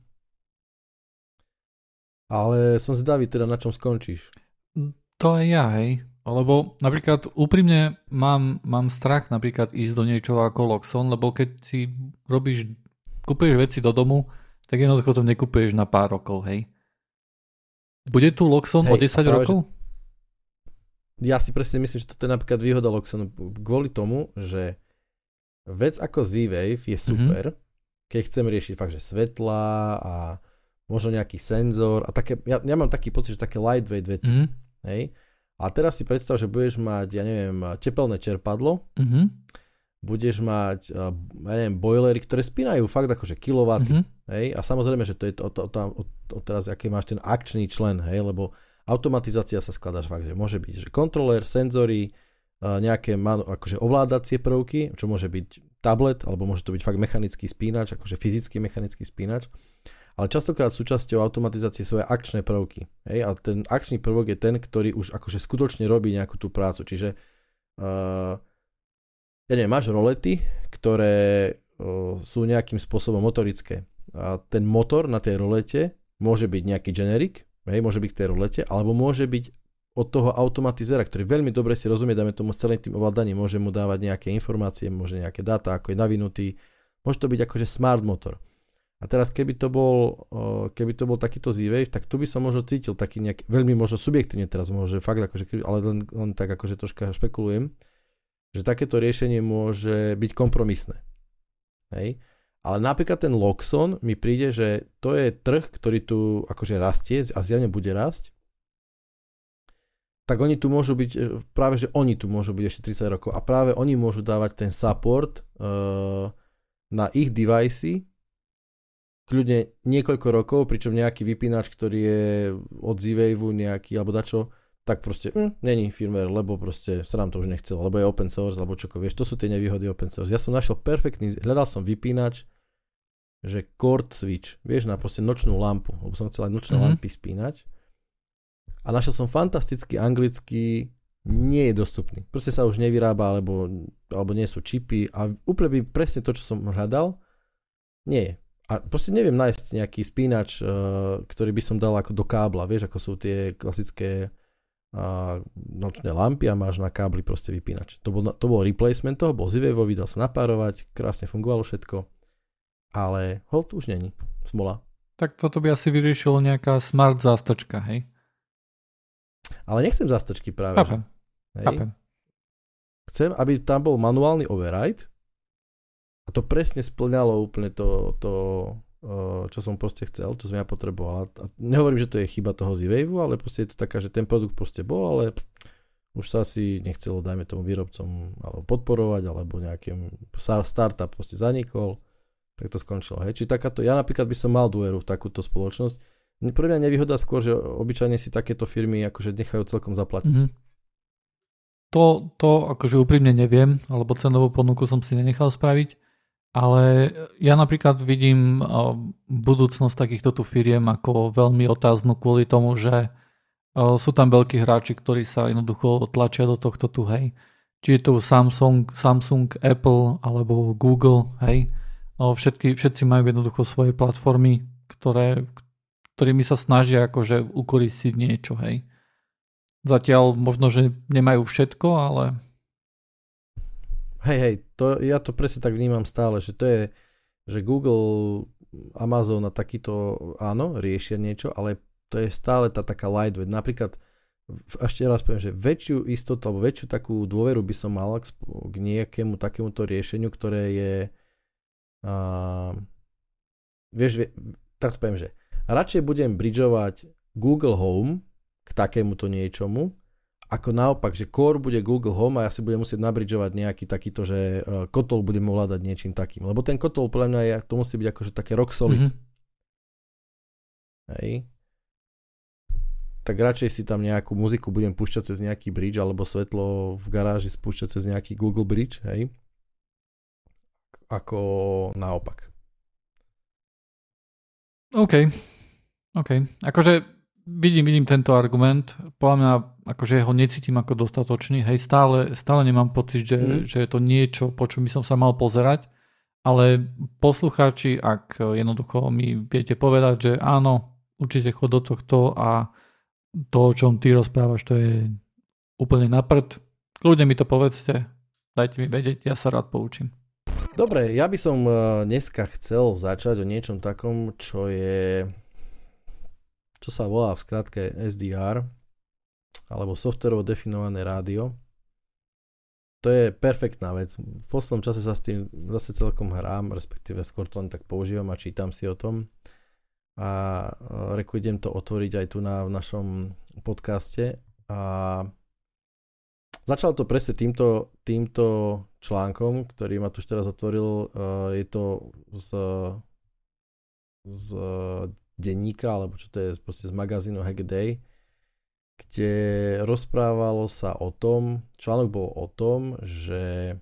Ale som zvedavý teda, na čom skončíš. To aj ja, hej. Lebo napríklad úprimne mám, mám strach napríklad ísť do niečoho ako Loxon, lebo keď si robíš, kúpuješ veci do domu, tak jednoducho to nekúpuješ na pár rokov, hej. Bude tu Loxon hej, o desať rokov? Že, ja si presne myslím, že toto je napríklad výhoda Loxonu kvôli tomu, že vec ako Z-Wave je super, mm-hmm. keď chcem riešiť fakt, že svetla a možno nejaký senzor a také, ja, ja mám taký pocit, že také lightweight veci, mm-hmm. hej. A teraz si predstav, že budeš mať, ja neviem, tepelné čerpadlo, mm-hmm. budeš mať, ja neviem, boilery, ktoré spínajú fakt akože kilowaty, mm-hmm. hej, a samozrejme, že to je to, to, to, to, to teraz, aký máš ten akčný člen, hej, lebo automatizácia sa skladá fakt, že môže byť, že kontroler, senzory, nejaké akože ovládacie prvky, čo môže byť tablet, alebo môže to byť fakt mechanický spínač, akože fyzický mechanický spínač. Ale častokrát súčasťou automatizácie sú aj akčné prvky. Hej? A ten akčný prvok je ten, ktorý už akože skutočne robí nejakú tú prácu. Čiže uh, ja neviem, máš rolety, ktoré uh, sú nejakým spôsobom motorické. A ten motor na tej rolete môže byť nejaký generic, hej? Môže byť k tej rolete, alebo môže byť od toho automatizera, ktorý veľmi dobre si rozumie, dáme tomu s celým tým ovládaním, môže mu dávať nejaké informácie, môže nejaké dáta, ako je navinutý. Môže to byť akože smart motor. A teraz keby to bol, keby to bol takýto Z-Wave, tak tu by som možno cítil taký nejaký, veľmi možno subjektívne teraz môže, fakt akože, ale len, len tak akože troška špekulujem, že takéto riešenie môže byť kompromisné. Hej? Ale napríklad ten Loxon mi príde, že to je trh, ktorý tu akože rastie a zjavne bude rásť, tak oni tu môžu byť, práve že oni tu môžu byť ešte tridsať rokov a práve oni môžu dávať ten support uh, na ich devicey kľudne niekoľko rokov, pričom nejaký vypínač, ktorý je od Z-Waveu nejaký, alebo dačo, tak proste hm, není firmware, lebo proste sa nám to už nechcelo, lebo je open source, alebo čoko, vieš, to sú tie nevýhody open source. Ja som našiel perfektný, hľadal som vypínač, že cord switch, vieš, na proste nočnú lampu, lebo som chcel aj nočné mm-hmm. lampy spínať a našiel som fantastický anglický, nie je dostupný. Proste sa už nevyrába, alebo, alebo nie sú čipy a úplne by presne to, čo som hľadal, nie je. A proste neviem nájsť nejaký spínač, uh, ktorý by som dal ako do kábla, vieš, ako sú tie klasické uh, nočné lampy a máš na kábli proste vypínač. To bol, to bol replacement toho, bol Z-Waveový, dal sa napárovať, krásne fungovalo všetko, ale hold už není, smola. Tak toto by asi vyriešilo nejaká smart zástrčka, hej? Ale nechcem zástrčky práve. Chápem. Hej. Chápem. Chcem, aby tam bol manuálny override a to presne splňalo úplne to, to čo som proste chcel, čo som ja potreboval. A nehovorím, že to je chyba toho Z-Waveu, ale proste je to taká, že ten produkt proste bol, ale už sa asi nechcelo, dajme tomu výrobcom alebo podporovať, alebo nejakým startup proste zanikol, tak to skončilo. Hej. Čiže takáto, ja napríklad by som mal dôveru v takúto spoločnosť. Pre mňa nevýhoda skôr, že obyčajne si takéto firmy akože nechajú celkom zaplatiť. Mm-hmm. To, to akože úprimne neviem, alebo cenovú ponuku som si nenechal spraviť, ale ja napríklad vidím budúcnosť takýchto tu firiem ako veľmi otáznu kvôli tomu, že sú tam veľkí hráči, ktorí sa jednoducho tlačia do tohto tu, hej. Či je to Samsung, Samsung, Apple alebo Google, hej. Všetky, všetci majú jednoducho svoje platformy, ktoré, ktorými sa snažia akože ukoristiť niečo, hej. Zatiaľ možno, že nemajú všetko, ale... Hej, hej, to, ja to presne tak vnímam stále, že to je, že Google, Amazon a takýto, áno, riešia niečo, ale to je stále tá taká lightweight. Napríklad, ešte raz poviem, že väčšiu istotu, alebo väčšiu takú dôveru by som mal k, k nejakému takémuto riešeniu, ktoré je... Uh, vieš, tak to poviem, že radšej budem bridžovať Google Home k takémuto niečomu, ako naopak, že core bude Google Home a ja si budem musieť nabridžovať nejaký takýto, že uh, kotol budem ovládať niečím takým. Lebo ten kotol podľa mňa je, to musí byť akože také rock solid. Mm-hmm. Hej. Tak radšej si tam nejakú muziku budem púšťať cez nejaký bridge, alebo svetlo v garáži spúšťať cez nejaký Google Bridge, hej. Ako naopak. OK. OK. Akože vidím, vidím tento argument. Podľa mňa, akože ho necítim ako dostatočný. Hej, stále, stále nemám pocit, že, mm. že je to niečo, po čom by som sa mal pozerať. Ale poslucháči, ak jednoducho mi viete povedať, že áno, určite chod do tohto a to, o čom ty rozprávaš, to je úplne na prd. Kľudne mi to povedzte, dajte mi vedieť, ja sa rád poučím. Dobre, ja by som dneska chcel začať o niečom takom, čo je, čo sa volá v skratke es dé er, alebo softwarovo definované rádio. To je perfektná vec. V poslednom čase sa s tým zase celkom hrám, respektíve skôr to len tak používam a čítam si o tom. A reku, idem to otvoriť aj tu na v našom podcaste. A začal to presne týmto, týmto článkom, ktorý ma tu už teraz otvoril. Je to z, z denníka, alebo čo to je, proste z magazínu Hack Day, kde rozprávalo sa o tom, článok bol o tom, že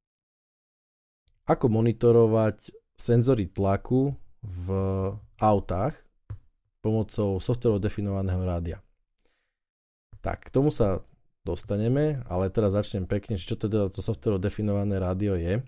ako monitorovať senzory tlaku v autách pomocou softwarovo definovaného rádia. Tak, k tomu sa dostaneme, ale teraz začnem pekne, čo teda to softwarovo definované rádio je.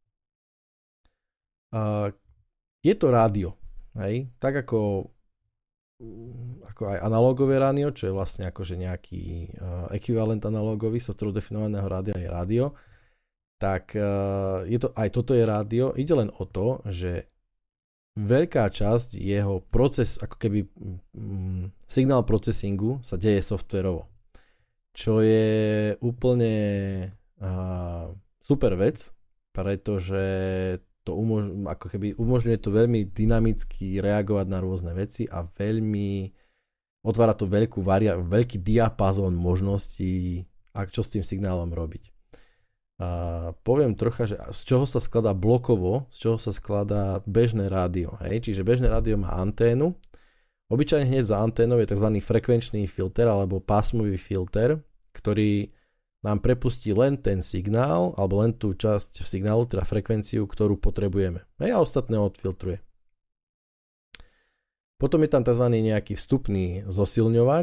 Uh, je to rádio, hej? Tak ako ako aj analógové rádio, čo je vlastne akože nejaký uh, ekvivalent analógový, softwarovo definovaného rádia je rádio, tak uh, je to, aj toto je rádio. Ide len o to, že veľká časť jeho proces, ako keby mm, signál processingu sa deje softwarovo. Čo je úplne uh, super vec, pretože to umož- ako keby umožňuje to veľmi dynamicky reagovať na rôzne veci a veľmi otvára to veľkú varia- veľký diapazón možností, ak čo s tým signálom robiť. Uh, poviem trocha, že z čoho sa skladá blokovo, z čoho sa skladá bežné rádio. Hej? Čiže bežné rádio má anténu. Obyčajne hneď za anténou je tzv. Frekvenčný filter alebo pásmový filter, ktorý nám prepustí len ten signál, alebo len tú časť signálu, teda frekvenciu, ktorú potrebujeme. Hej, a ostatné odfiltruje. Potom je tam tzv. Nejaký vstupný zosilňovač,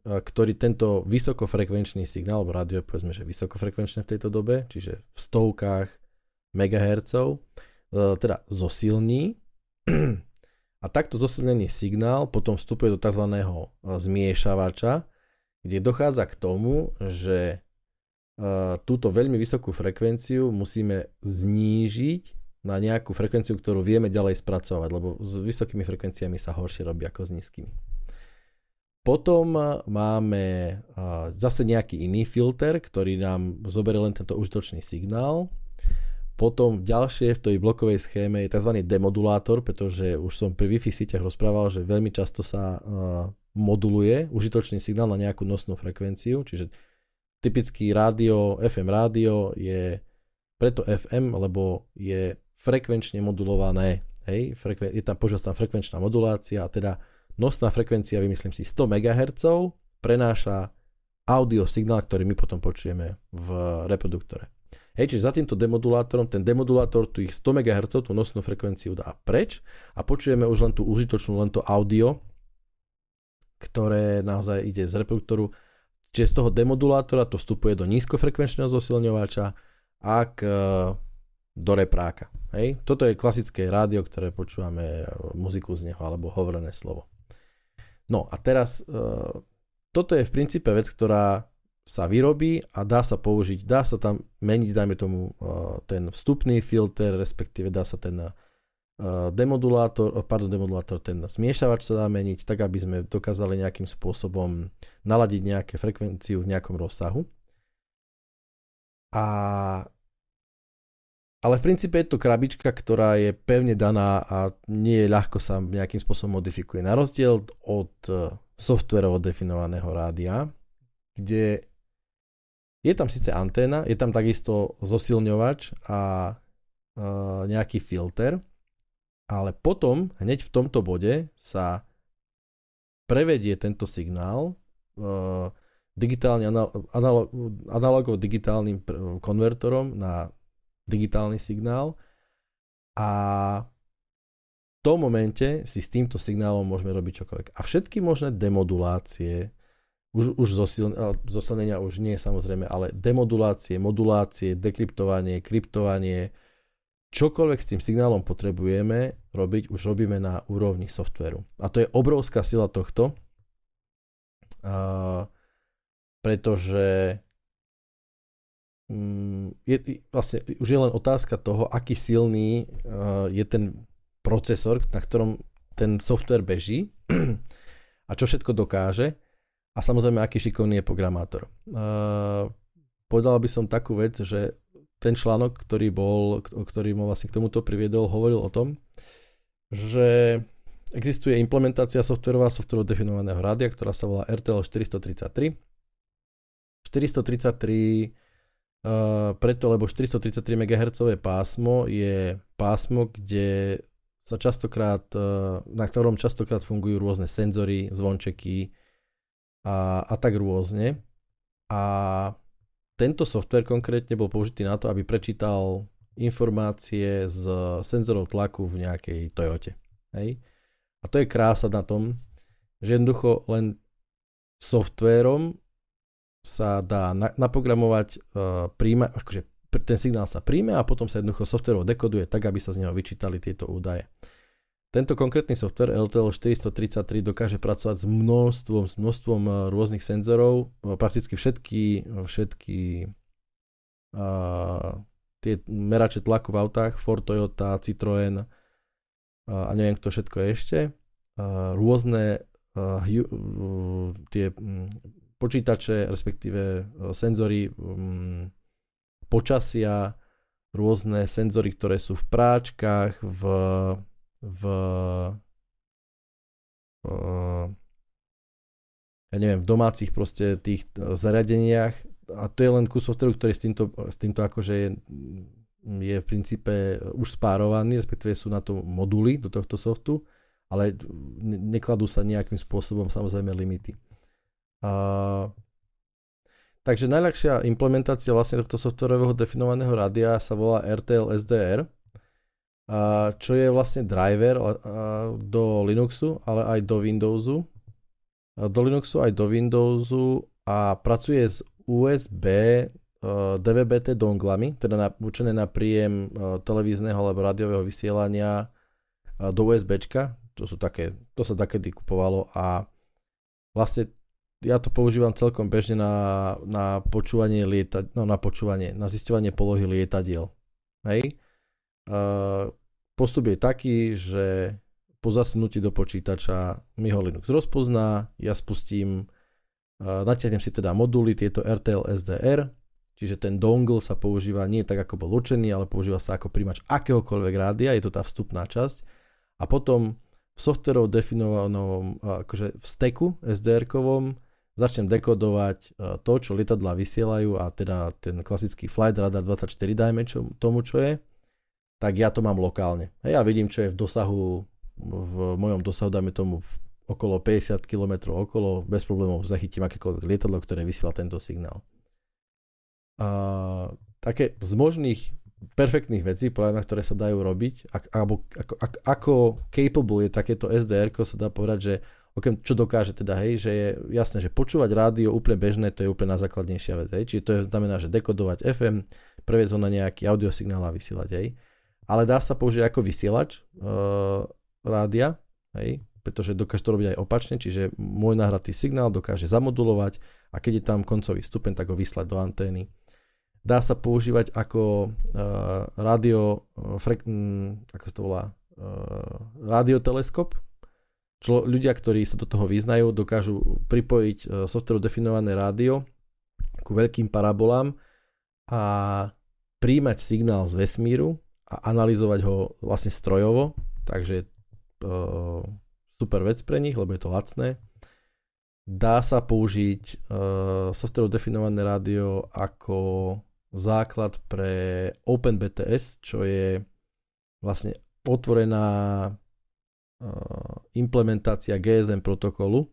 ktorý tento vysokofrekvenčný signál, alebo rádio je povedzme, že vysokofrekvenčné v tejto dobe, čiže v stovkách megahertzov, teda zosilní. A takto zosilnený signál potom vstupuje do tzv. Zmiešavača, kde dochádza k tomu, že túto veľmi vysokú frekvenciu musíme znížiť na nejakú frekvenciu, ktorú vieme ďalej spracovať, lebo s vysokými frekvenciami sa horšie robí ako s nízkymi. Potom máme zase nejaký iný filter, ktorý nám zoberie len tento užitočný signál. Potom ďalšie v tej blokovej schéme je tzv. Demodulátor, pretože už som pri Wi-Fi sieťach rozprával, že veľmi často sa uh, moduluje užitočný signál na nejakú nosnú frekvenciu, čiže typický rádio, ef em rádio je preto ef em, lebo je frekvenčne modulované. Hej? Frekven- je tam používaná frekvenčná modulácia a teda nosná frekvencia, vymyslím si, sto megahertzov prenáša audio signál, ktorý my potom počujeme v reproduktore. Hej, čiže za týmto demodulátorom, ten demodulátor tých sto megahertzov, tú nosnú frekvenciu dá preč a počujeme už len tú užitočnú, len to audio, ktoré naozaj ide z reproduktoru. Čiže z toho demodulátora to vstupuje do nízkofrekvenčného zosilňovača a k, do repráka. Hej. Toto je klasické rádio, ktoré počúvame muziku z neho alebo hovorené slovo. No a teraz toto je v princípe vec, ktorá sa vyrobí a dá sa použiť, dá sa tam meniť, dajme tomu ten vstupný filter, respektíve dá sa ten demodulátor, pardon, demodulátor, ten zmiešavač sa dá meniť, tak aby sme dokázali nejakým spôsobom naladiť nejaké frekvenciu v nejakom rozsahu. A ale v princípe je to krabička, ktorá je pevne daná a nie je ľahko sa nejakým spôsobom modifikuje. Na rozdiel od softverovo definovaného rádia, kde je tam síce anténa, je tam takisto zosilňovač a e, nejaký filter, ale potom hneď v tomto bode sa prevedie tento signál e, digitálne analog, analogov digitálnym konvertorom na digitálny signál a v tom momente si s týmto signálom môžeme robiť čokoľvek. A všetky možné demodulácie, už, už zosilnenia už nie samozrejme, ale demodulácie, modulácie, dekryptovanie, kryptovanie, čokoľvek s tým signálom potrebujeme robiť, už robíme na úrovni softvéru. A to je obrovská sila tohto, uh, pretože um, je, vlastne už je len otázka toho, aký silný uh, je ten procesor, na ktorom ten softvér beží a čo všetko dokáže. A samozrejme, aký šikovný je programátor. Uh, povedal by som takú vec, že ten článok, ktorý bol, ktorý ma vlastne k tomuto priviedol, hovoril o tom, že existuje implementácia softverová, softverovo definovaného rádia, ktorá sa volá er té el štyristotridsaťtri. štyristotridsaťtri uh, preto, lebo štyristotridsaťtri megahertzové pásmo je pásmo, kde sa častokrát, uh, na ktorom častokrát fungujú rôzne senzory, zvončeky, A, a tak rôzne. A tento software konkrétne bol použitý na to, aby prečítal informácie z senzorov tlaku v nejakej Toyote. Hej? A to je krása na tom, že jednoducho len softvérom sa dá na, naprogramovať, uh, príjma, akože ten signál sa príjme a potom sa jednoducho softvérovo dekoduje tak, aby sa z neho vyčítali tieto údaje. Tento konkrétny software el té el štyristotridsaťtri dokáže pracovať s množstvom, s množstvom rôznych senzorov, prakticky všetky, všetky uh, tie merače tlaku v autách, Ford, Toyota, Citroën uh, a neviem kto všetko ešte, uh, rôzne uh, uh, tie um, počítače, respektíve uh, senzory um, počasia, rôzne senzory, ktoré sú v práčkach, v v uh, ja neviem, v domácich proste tých zariadeniach a to je len kus softveru, ktorý s týmto, s týmto akože je, je v princípe už spárovaný, respektíve sú na to moduly do tohto softu, ale nekladú sa nejakým spôsobom samozrejme limity. Uh, takže najľahšia implementácia vlastne tohto softverového definovaného rádia sa volá er té el es dé er, a čo je vlastne driver do Linuxu, ale aj do Windowsu. do Linuxu aj do Windowsu a pracuje s ú es bé dé vé bé té donglami, teda na, určené na príjem televízneho alebo rádiového vysielania do USBčka. To sú také, to sa takedy kupovalo a vlastne ja to používam celkom bežne na, na počúvanie lieta, no na počúvanie, na zisťovanie polohy lietadiel. Hej. Uh, postup je taký, že po zasunutí do počítača mi ho Linux rozpozná, ja spustím, uh, natiahnem si teda moduly, tieto er té el es dé er, čiže ten dongle sa používa nie tak, ako bol určený, ale používa sa ako príjimač akéhokoľvek rádia, je to tá vstupná časť. A potom v softverovo definovanom, akože v stacku es dé er-kovom začnem dekodovať to, čo lietadlá vysielajú a teda ten klasický Flight Radar dvadsaťštyri, dajme čo, tomu, čo je, tak ja to mám lokálne. Hej, ja vidím, čo je v dosahu, v mojom dosahu, dajme tomu okolo päťdesiat kilometrov okolo, bez problémov zachytím akékoľvek lietadlo, ktoré vysiela tento signál. Uh, také z možných perfektných vecí, podľa mňa, ktoré sa dajú robiť, ak, alebo ako, ako, ako capable je takéto es dé er-ko, sa dá povedať, že okrem čo dokáže teda, hej, že je jasné, že počúvať rádio úplne bežné, to je úplne najzákladnejšia vec, hej, čiže to je, znamená, že dekodovať ef em, previesť ho na nejaký audiosignál a vysielať, hej, ale dá sa použiť ako vysielač uh, rádia, hej, pretože dokáže to robiť aj opačne, čiže môj nahratý signál dokáže zamodulovať a keď je tam koncový stupeň, tak ho vyslať do antény. Dá sa používať ako uh, rádio, uh, frek, um, ako sa to volá, uh, rádioteleskop. Čo ľudia, ktorí sa do toho vyznajú, dokážu pripojiť uh, software definované rádio ku veľkým parabolám a príjmať signál z vesmíru a analyzovať ho vlastne strojovo, takže uh, super vec pre nich, lebo je to lacné. Dá sa použiť uh, software definované rádio ako základ pre OpenBTS, čo je vlastne otvorená uh, implementácia gé es em protokolu.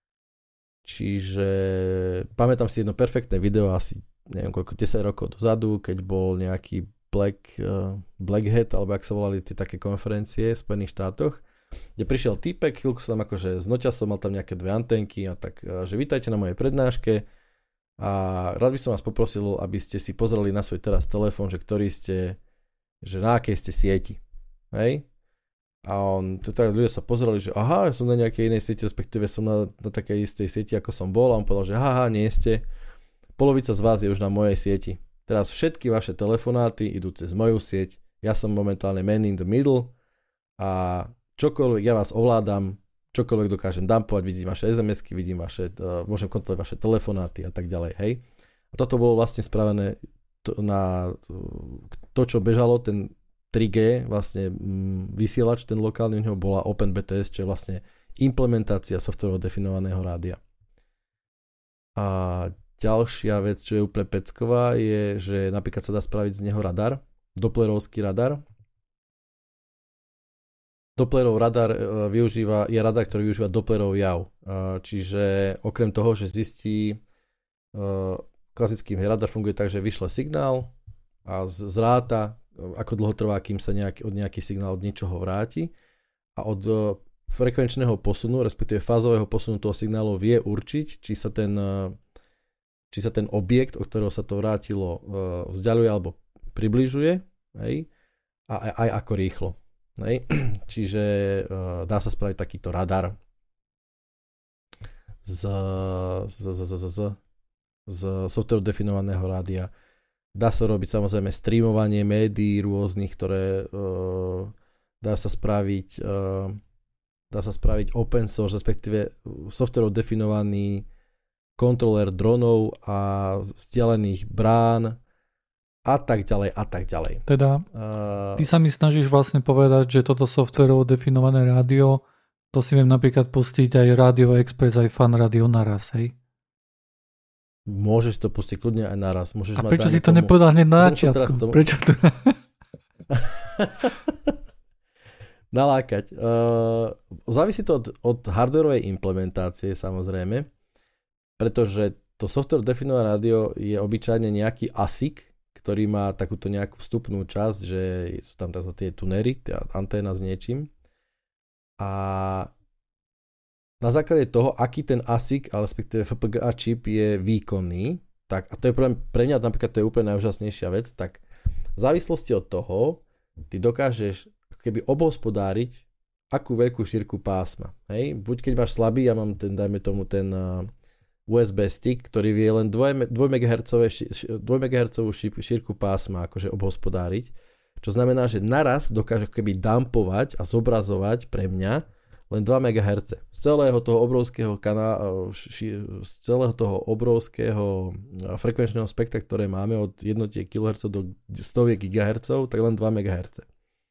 Čiže pamätám si jedno perfektné video asi neviem koľko, desať rokov dozadu, keď bol nejaký Black, uh, Black Hat, alebo ak sa volali tie také konferencie v Spojených štátoch, kde prišiel týpek, chvíľku som tam akože z noťasom, mal tam nejaké dve anténky a tak, že vítajte na mojej prednáške a rád by som vás poprosil, aby ste si pozreli na svoj teraz telefón, že ktorý ste, že na akej ste sieti. Hej? A on, to tak ľudia sa pozerali, že aha, ja som na nejakej inej sieti, respektíve som na, na takej istej sieti, ako som bol, a on povedal, že aha, nie ste. Polovica z vás je už na mojej sieti. Teraz všetky vaše telefonáty idú cez moju sieť, ja som momentálne man in the middle a čokoľvek, ja vás ovládam, čokoľvek dokážem dumpovať, vidím vaše es em esky, vidím vaše, uh, môžem kontrolovať vaše telefonáty a tak ďalej, hej. A toto bolo vlastne spravené to, na to, čo bežalo, ten tri gé, vlastne m, vysielač, ten lokálny, u neho bola OpenBTS, čo je vlastne implementácia softwarovo definovaného rádia. A ďalšia vec, čo je úplne pecková, je, že napríklad sa dá spraviť z neho radar, dopplerovský radar. Dopplerov radar využíva, je radar, ktorý využíva Dopplerov jav. Čiže okrem toho, že zistí, klasický radar funguje tak, že vyšle signál a zráta, ako dlho trvá, kým sa nejaký, od nejaký signál od niečoho vráti a od frekvenčného posunu, respektíve fázového posunu toho signálu vie určiť, či sa ten, či sa ten objekt, od ktorého sa to vrátilo, vzdialuje alebo približuje, hej, a aj ako rýchlo. Hej. Čiže uh, dá sa spraviť takýto radar z, z, z, z, z, z software definovaného rádia. Dá sa robiť samozrejme streamovanie médií rôznych, ktoré uh, dá sa spraviť uh, dá sa spraviť open source, respektíve software definovaný kontroler dronov a vzdialených brán a tak ďalej, a tak ďalej. Teda, ty sa mi snažíš vlastne povedať, že toto softwarovo definované rádio, to si viem napríklad pustiť aj Radio Express, aj Fan Radio naraz, hej? Môžeš to pustiť kľudne aj naraz. Môžeš a prečo si to tomu... nepovedal hneď na začiatku? Tomu... Prečo to... Nalákať. Uh, závisí to od, od hardwareovej implementácie, samozrejme, pretože to software definované rádio je obyčajne nejaký ASIC, ktorý má takúto nejakú vstupnú časť, že sú tam tie tunery, tá anténa s niečím. A na základe toho, aký ten á es í cé, ale respektíve ef pé gé á čip je výkonný, tak, a to je pre, pre mňa napríklad to je úplne najúžasnejšia vec, tak v závislosti od toho ty dokážeš keby obhospodáriť akú veľkú šírku pásma. Hej? Buď keď máš slabý, ja mám ten, dajme tomu ten uh, ú es bé stick, ktorý vie len dva megahertzovú šírku pásma akože obhospodáriť, čo znamená, že naraz dokáže keby dumpovať a zobrazovať pre mňa len dva megahertze. Z celého toho obrovského kanálu, z celého toho obrovského frekvenčného spektra, ktoré máme od jednotiek kilohertzov do stoviek gigahertzov, tak len dva megahertze.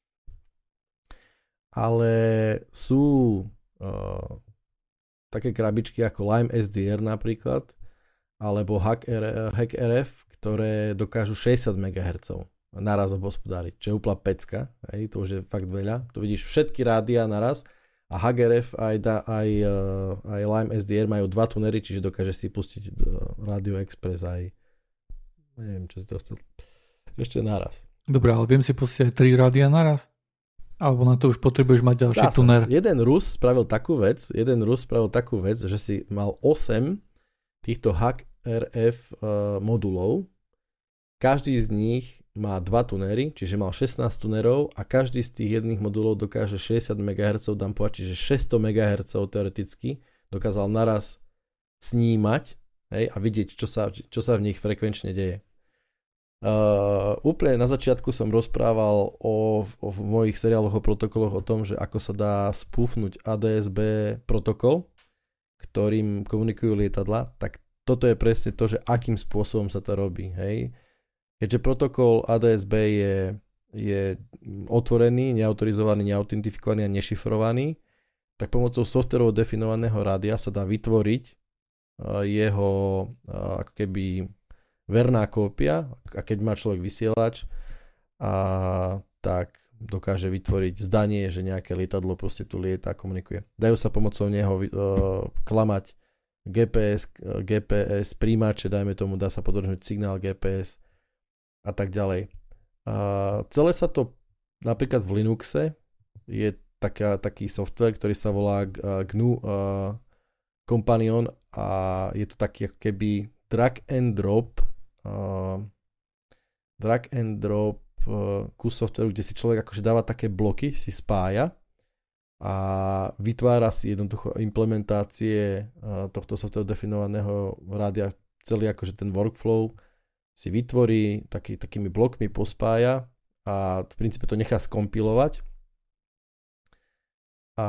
Ale sú uh, také krabičky ako Lime es dé er napríklad, alebo Hack er ef, ktoré dokážu šesťdesiat megahertzov naraz obhospodáriť, čo je úplná pecka, hej, to už je fakt veľa. To vidíš všetky rádia naraz. A Hack er ef aj, aj, aj Lime es dé er majú dva tunery, čiže dokážeš si pustiť Radio Express aj neviem, čo si to chcel. Ešte naraz. Dobre, ale viem si pustiť aj tri rádia naraz? Alebo na to už potrebuješ mať ďalší Dá tuner? Sa. Jeden Rus spravil takú vec, jeden Rus spravil takú vec, že si mal osem týchto Hack er ef uh, modulov. Každý z nich má dva tunery, čiže mal šestnásť tunerov a každý z tých jedných modulov dokáže šesťdesiat megahertzov dumpovať, čiže šesťsto megahertzov teoreticky dokázal naraz snímať, hej, a vidieť, čo sa, čo sa v nich frekvenčne deje. Uh, úplne na začiatku som rozprával o, o v mojich seriáloch o protokoloch o tom, že ako sa dá spúfnuť á dé es bé protokol, ktorým komunikujú lietadla, tak toto je presne to, že akým spôsobom sa to robí, hej. Keďže protokol á dé es bé je, je otvorený, neautorizovaný, neautentifikovaný a nešifrovaný, tak pomocou softwarovo definovaného rádia sa dá vytvoriť jeho ako keby verná kópia, a keď má človek vysielač, a tak dokáže vytvoriť zdanie, že nejaké lietadlo proste tu lieta a komunikuje. Dajú sa pomocou neho uh, klamať gé pé es, gé pé es príjimače, dajme tomu, dá sa podvrhnúť signál gé pé es a tak ďalej. A celé sa to napríklad v Linuxe je taká, taký software, ktorý sa volá gé en u uh, Companion a je to taký ako keby drag and drop uh, drag and drop uh, kus softwareu, kde si človek akože dáva také bloky, si spája a vytvára si jednoducho implementácie uh, tohto softwaru definovaného rádia, celý akože ten workflow si vytvorí, taký, takými blokmi pospája a v princípe to nechá skompilovať a,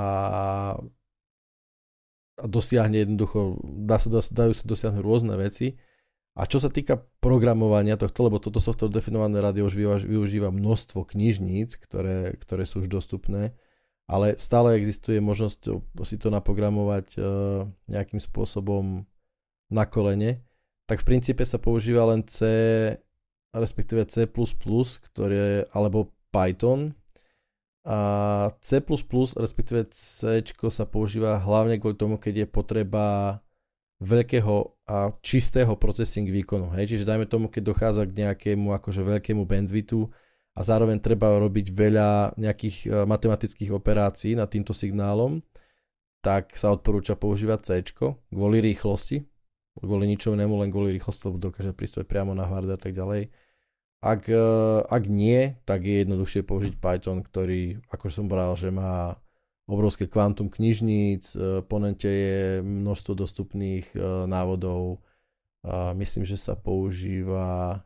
a dosiahne jednoducho, dá sa, dajú sa dosiahnuť rôzne veci. A čo sa týka programovania tohto, lebo toto software definované rádio už využíva množstvo knižníc, ktoré, ktoré sú už dostupné, ale stále existuje možnosť si to naprogramovať e, nejakým spôsobom na kolene, tak v princípe sa používa len C, respektíve C plus plus, ktoré, alebo Python. A C plus plus, respektíve C sa používa hlavne kvôli tomu, keď je potreba veľkého a čistého processing výkonu. Hej? Čiže dajme tomu, keď dochádza k nejakému akože veľkému bandwidthu a zároveň treba robiť veľa nejakých matematických operácií nad týmto signálom, tak sa odporúča používať C kvôli rýchlosti, kvôli ničomu inému, len kvôli rýchlosti, lebo dokáže pristúpiť priamo na hardware a tak ďalej. Ak, ak nie, tak je jednoduchšie použiť Python, ktorý, ako som povedal, že má obrovské kvantum knižníc, po nete je množstvo dostupných návodov. Myslím, že sa používa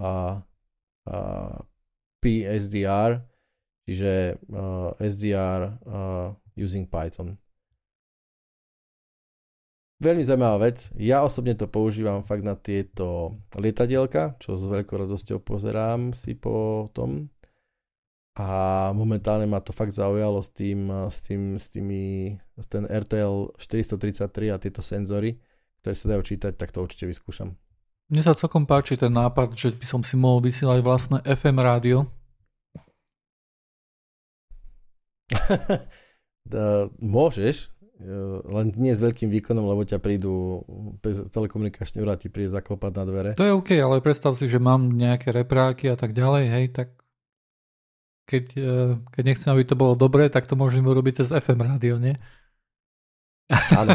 P S D R, čiže S D R using Python. Veľmi zaujímavá vec. Ja osobne to používam fakt na tieto lietadielka, čo s veľkou radosťou pozerám si po tom. A momentálne ma to fakt zaujalo s tým, s tým, s tými, ten R T L štyristotridsaťtri a tieto senzory, ktoré sa dajú čítať, tak to určite vyskúšam. Mne sa celkom páči ten nápad, že by som si mohol vysielať vlastné ef em rádio. Môžeš, len nie s veľkým výkonom, lebo ťa prídu, telekomunikačný úrad ti príde zaklopať na dvere. To je OK, ale predstav si, že mám nejaké repráky a tak ďalej, hej, tak keď, keď nechcem, aby to bolo dobré, tak to môžem urobiť cez ef em rádio, nie? Áno.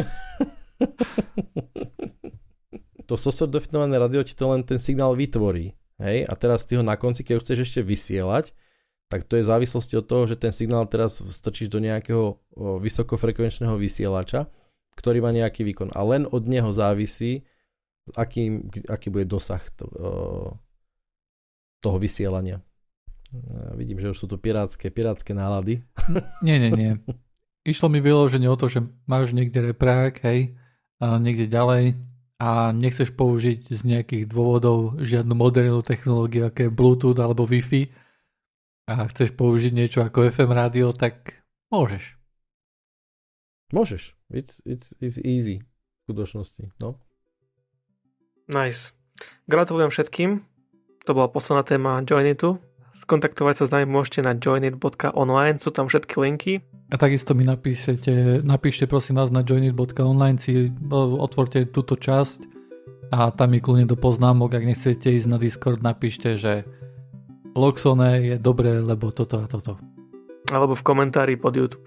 To software definované rádio ti to len ten signál vytvorí. Hej? A teraz ty ho na konci, keď ho chceš ešte vysielať, tak to je v závislosti od toho, že ten signál teraz strčíš do nejakého vysokofrekvenčného vysielača, ktorý má nejaký výkon. A len od neho závisí, aký, aký bude dosah to, toho vysielania. Ja vidím, že už sú tu pirátske, pirátske nálady. Nie, nie, nie. Išlo mi vyloženie o to, že máš niekde reprák, hej, a niekde ďalej a nechceš použiť z nejakých dôvodov žiadnu modernú technológiu, ako je Bluetooth alebo Wi-Fi, a chceš použiť niečo ako ef em rádio, tak môžeš. Môžeš. It's, it's, it's easy v skutočnosti. No. Nice. Gratulujem všetkým. To bola posledná téma Joinitu. Skontaktovať sa s nami môžete na joinit bodka online. Sú tam všetky linky. A takisto mi napíšete, napíšte prosím vás na joinit bodka online, si otvorte túto časť a tam mi kľudne do poznámok, ak nechcete ísť na Discord, napíšte, že Loxone je dobré, lebo toto a toto. Alebo v komentári pod YouTube.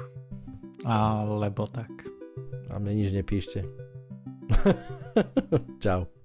Alebo tak. A mne nič nepíšte. Čau.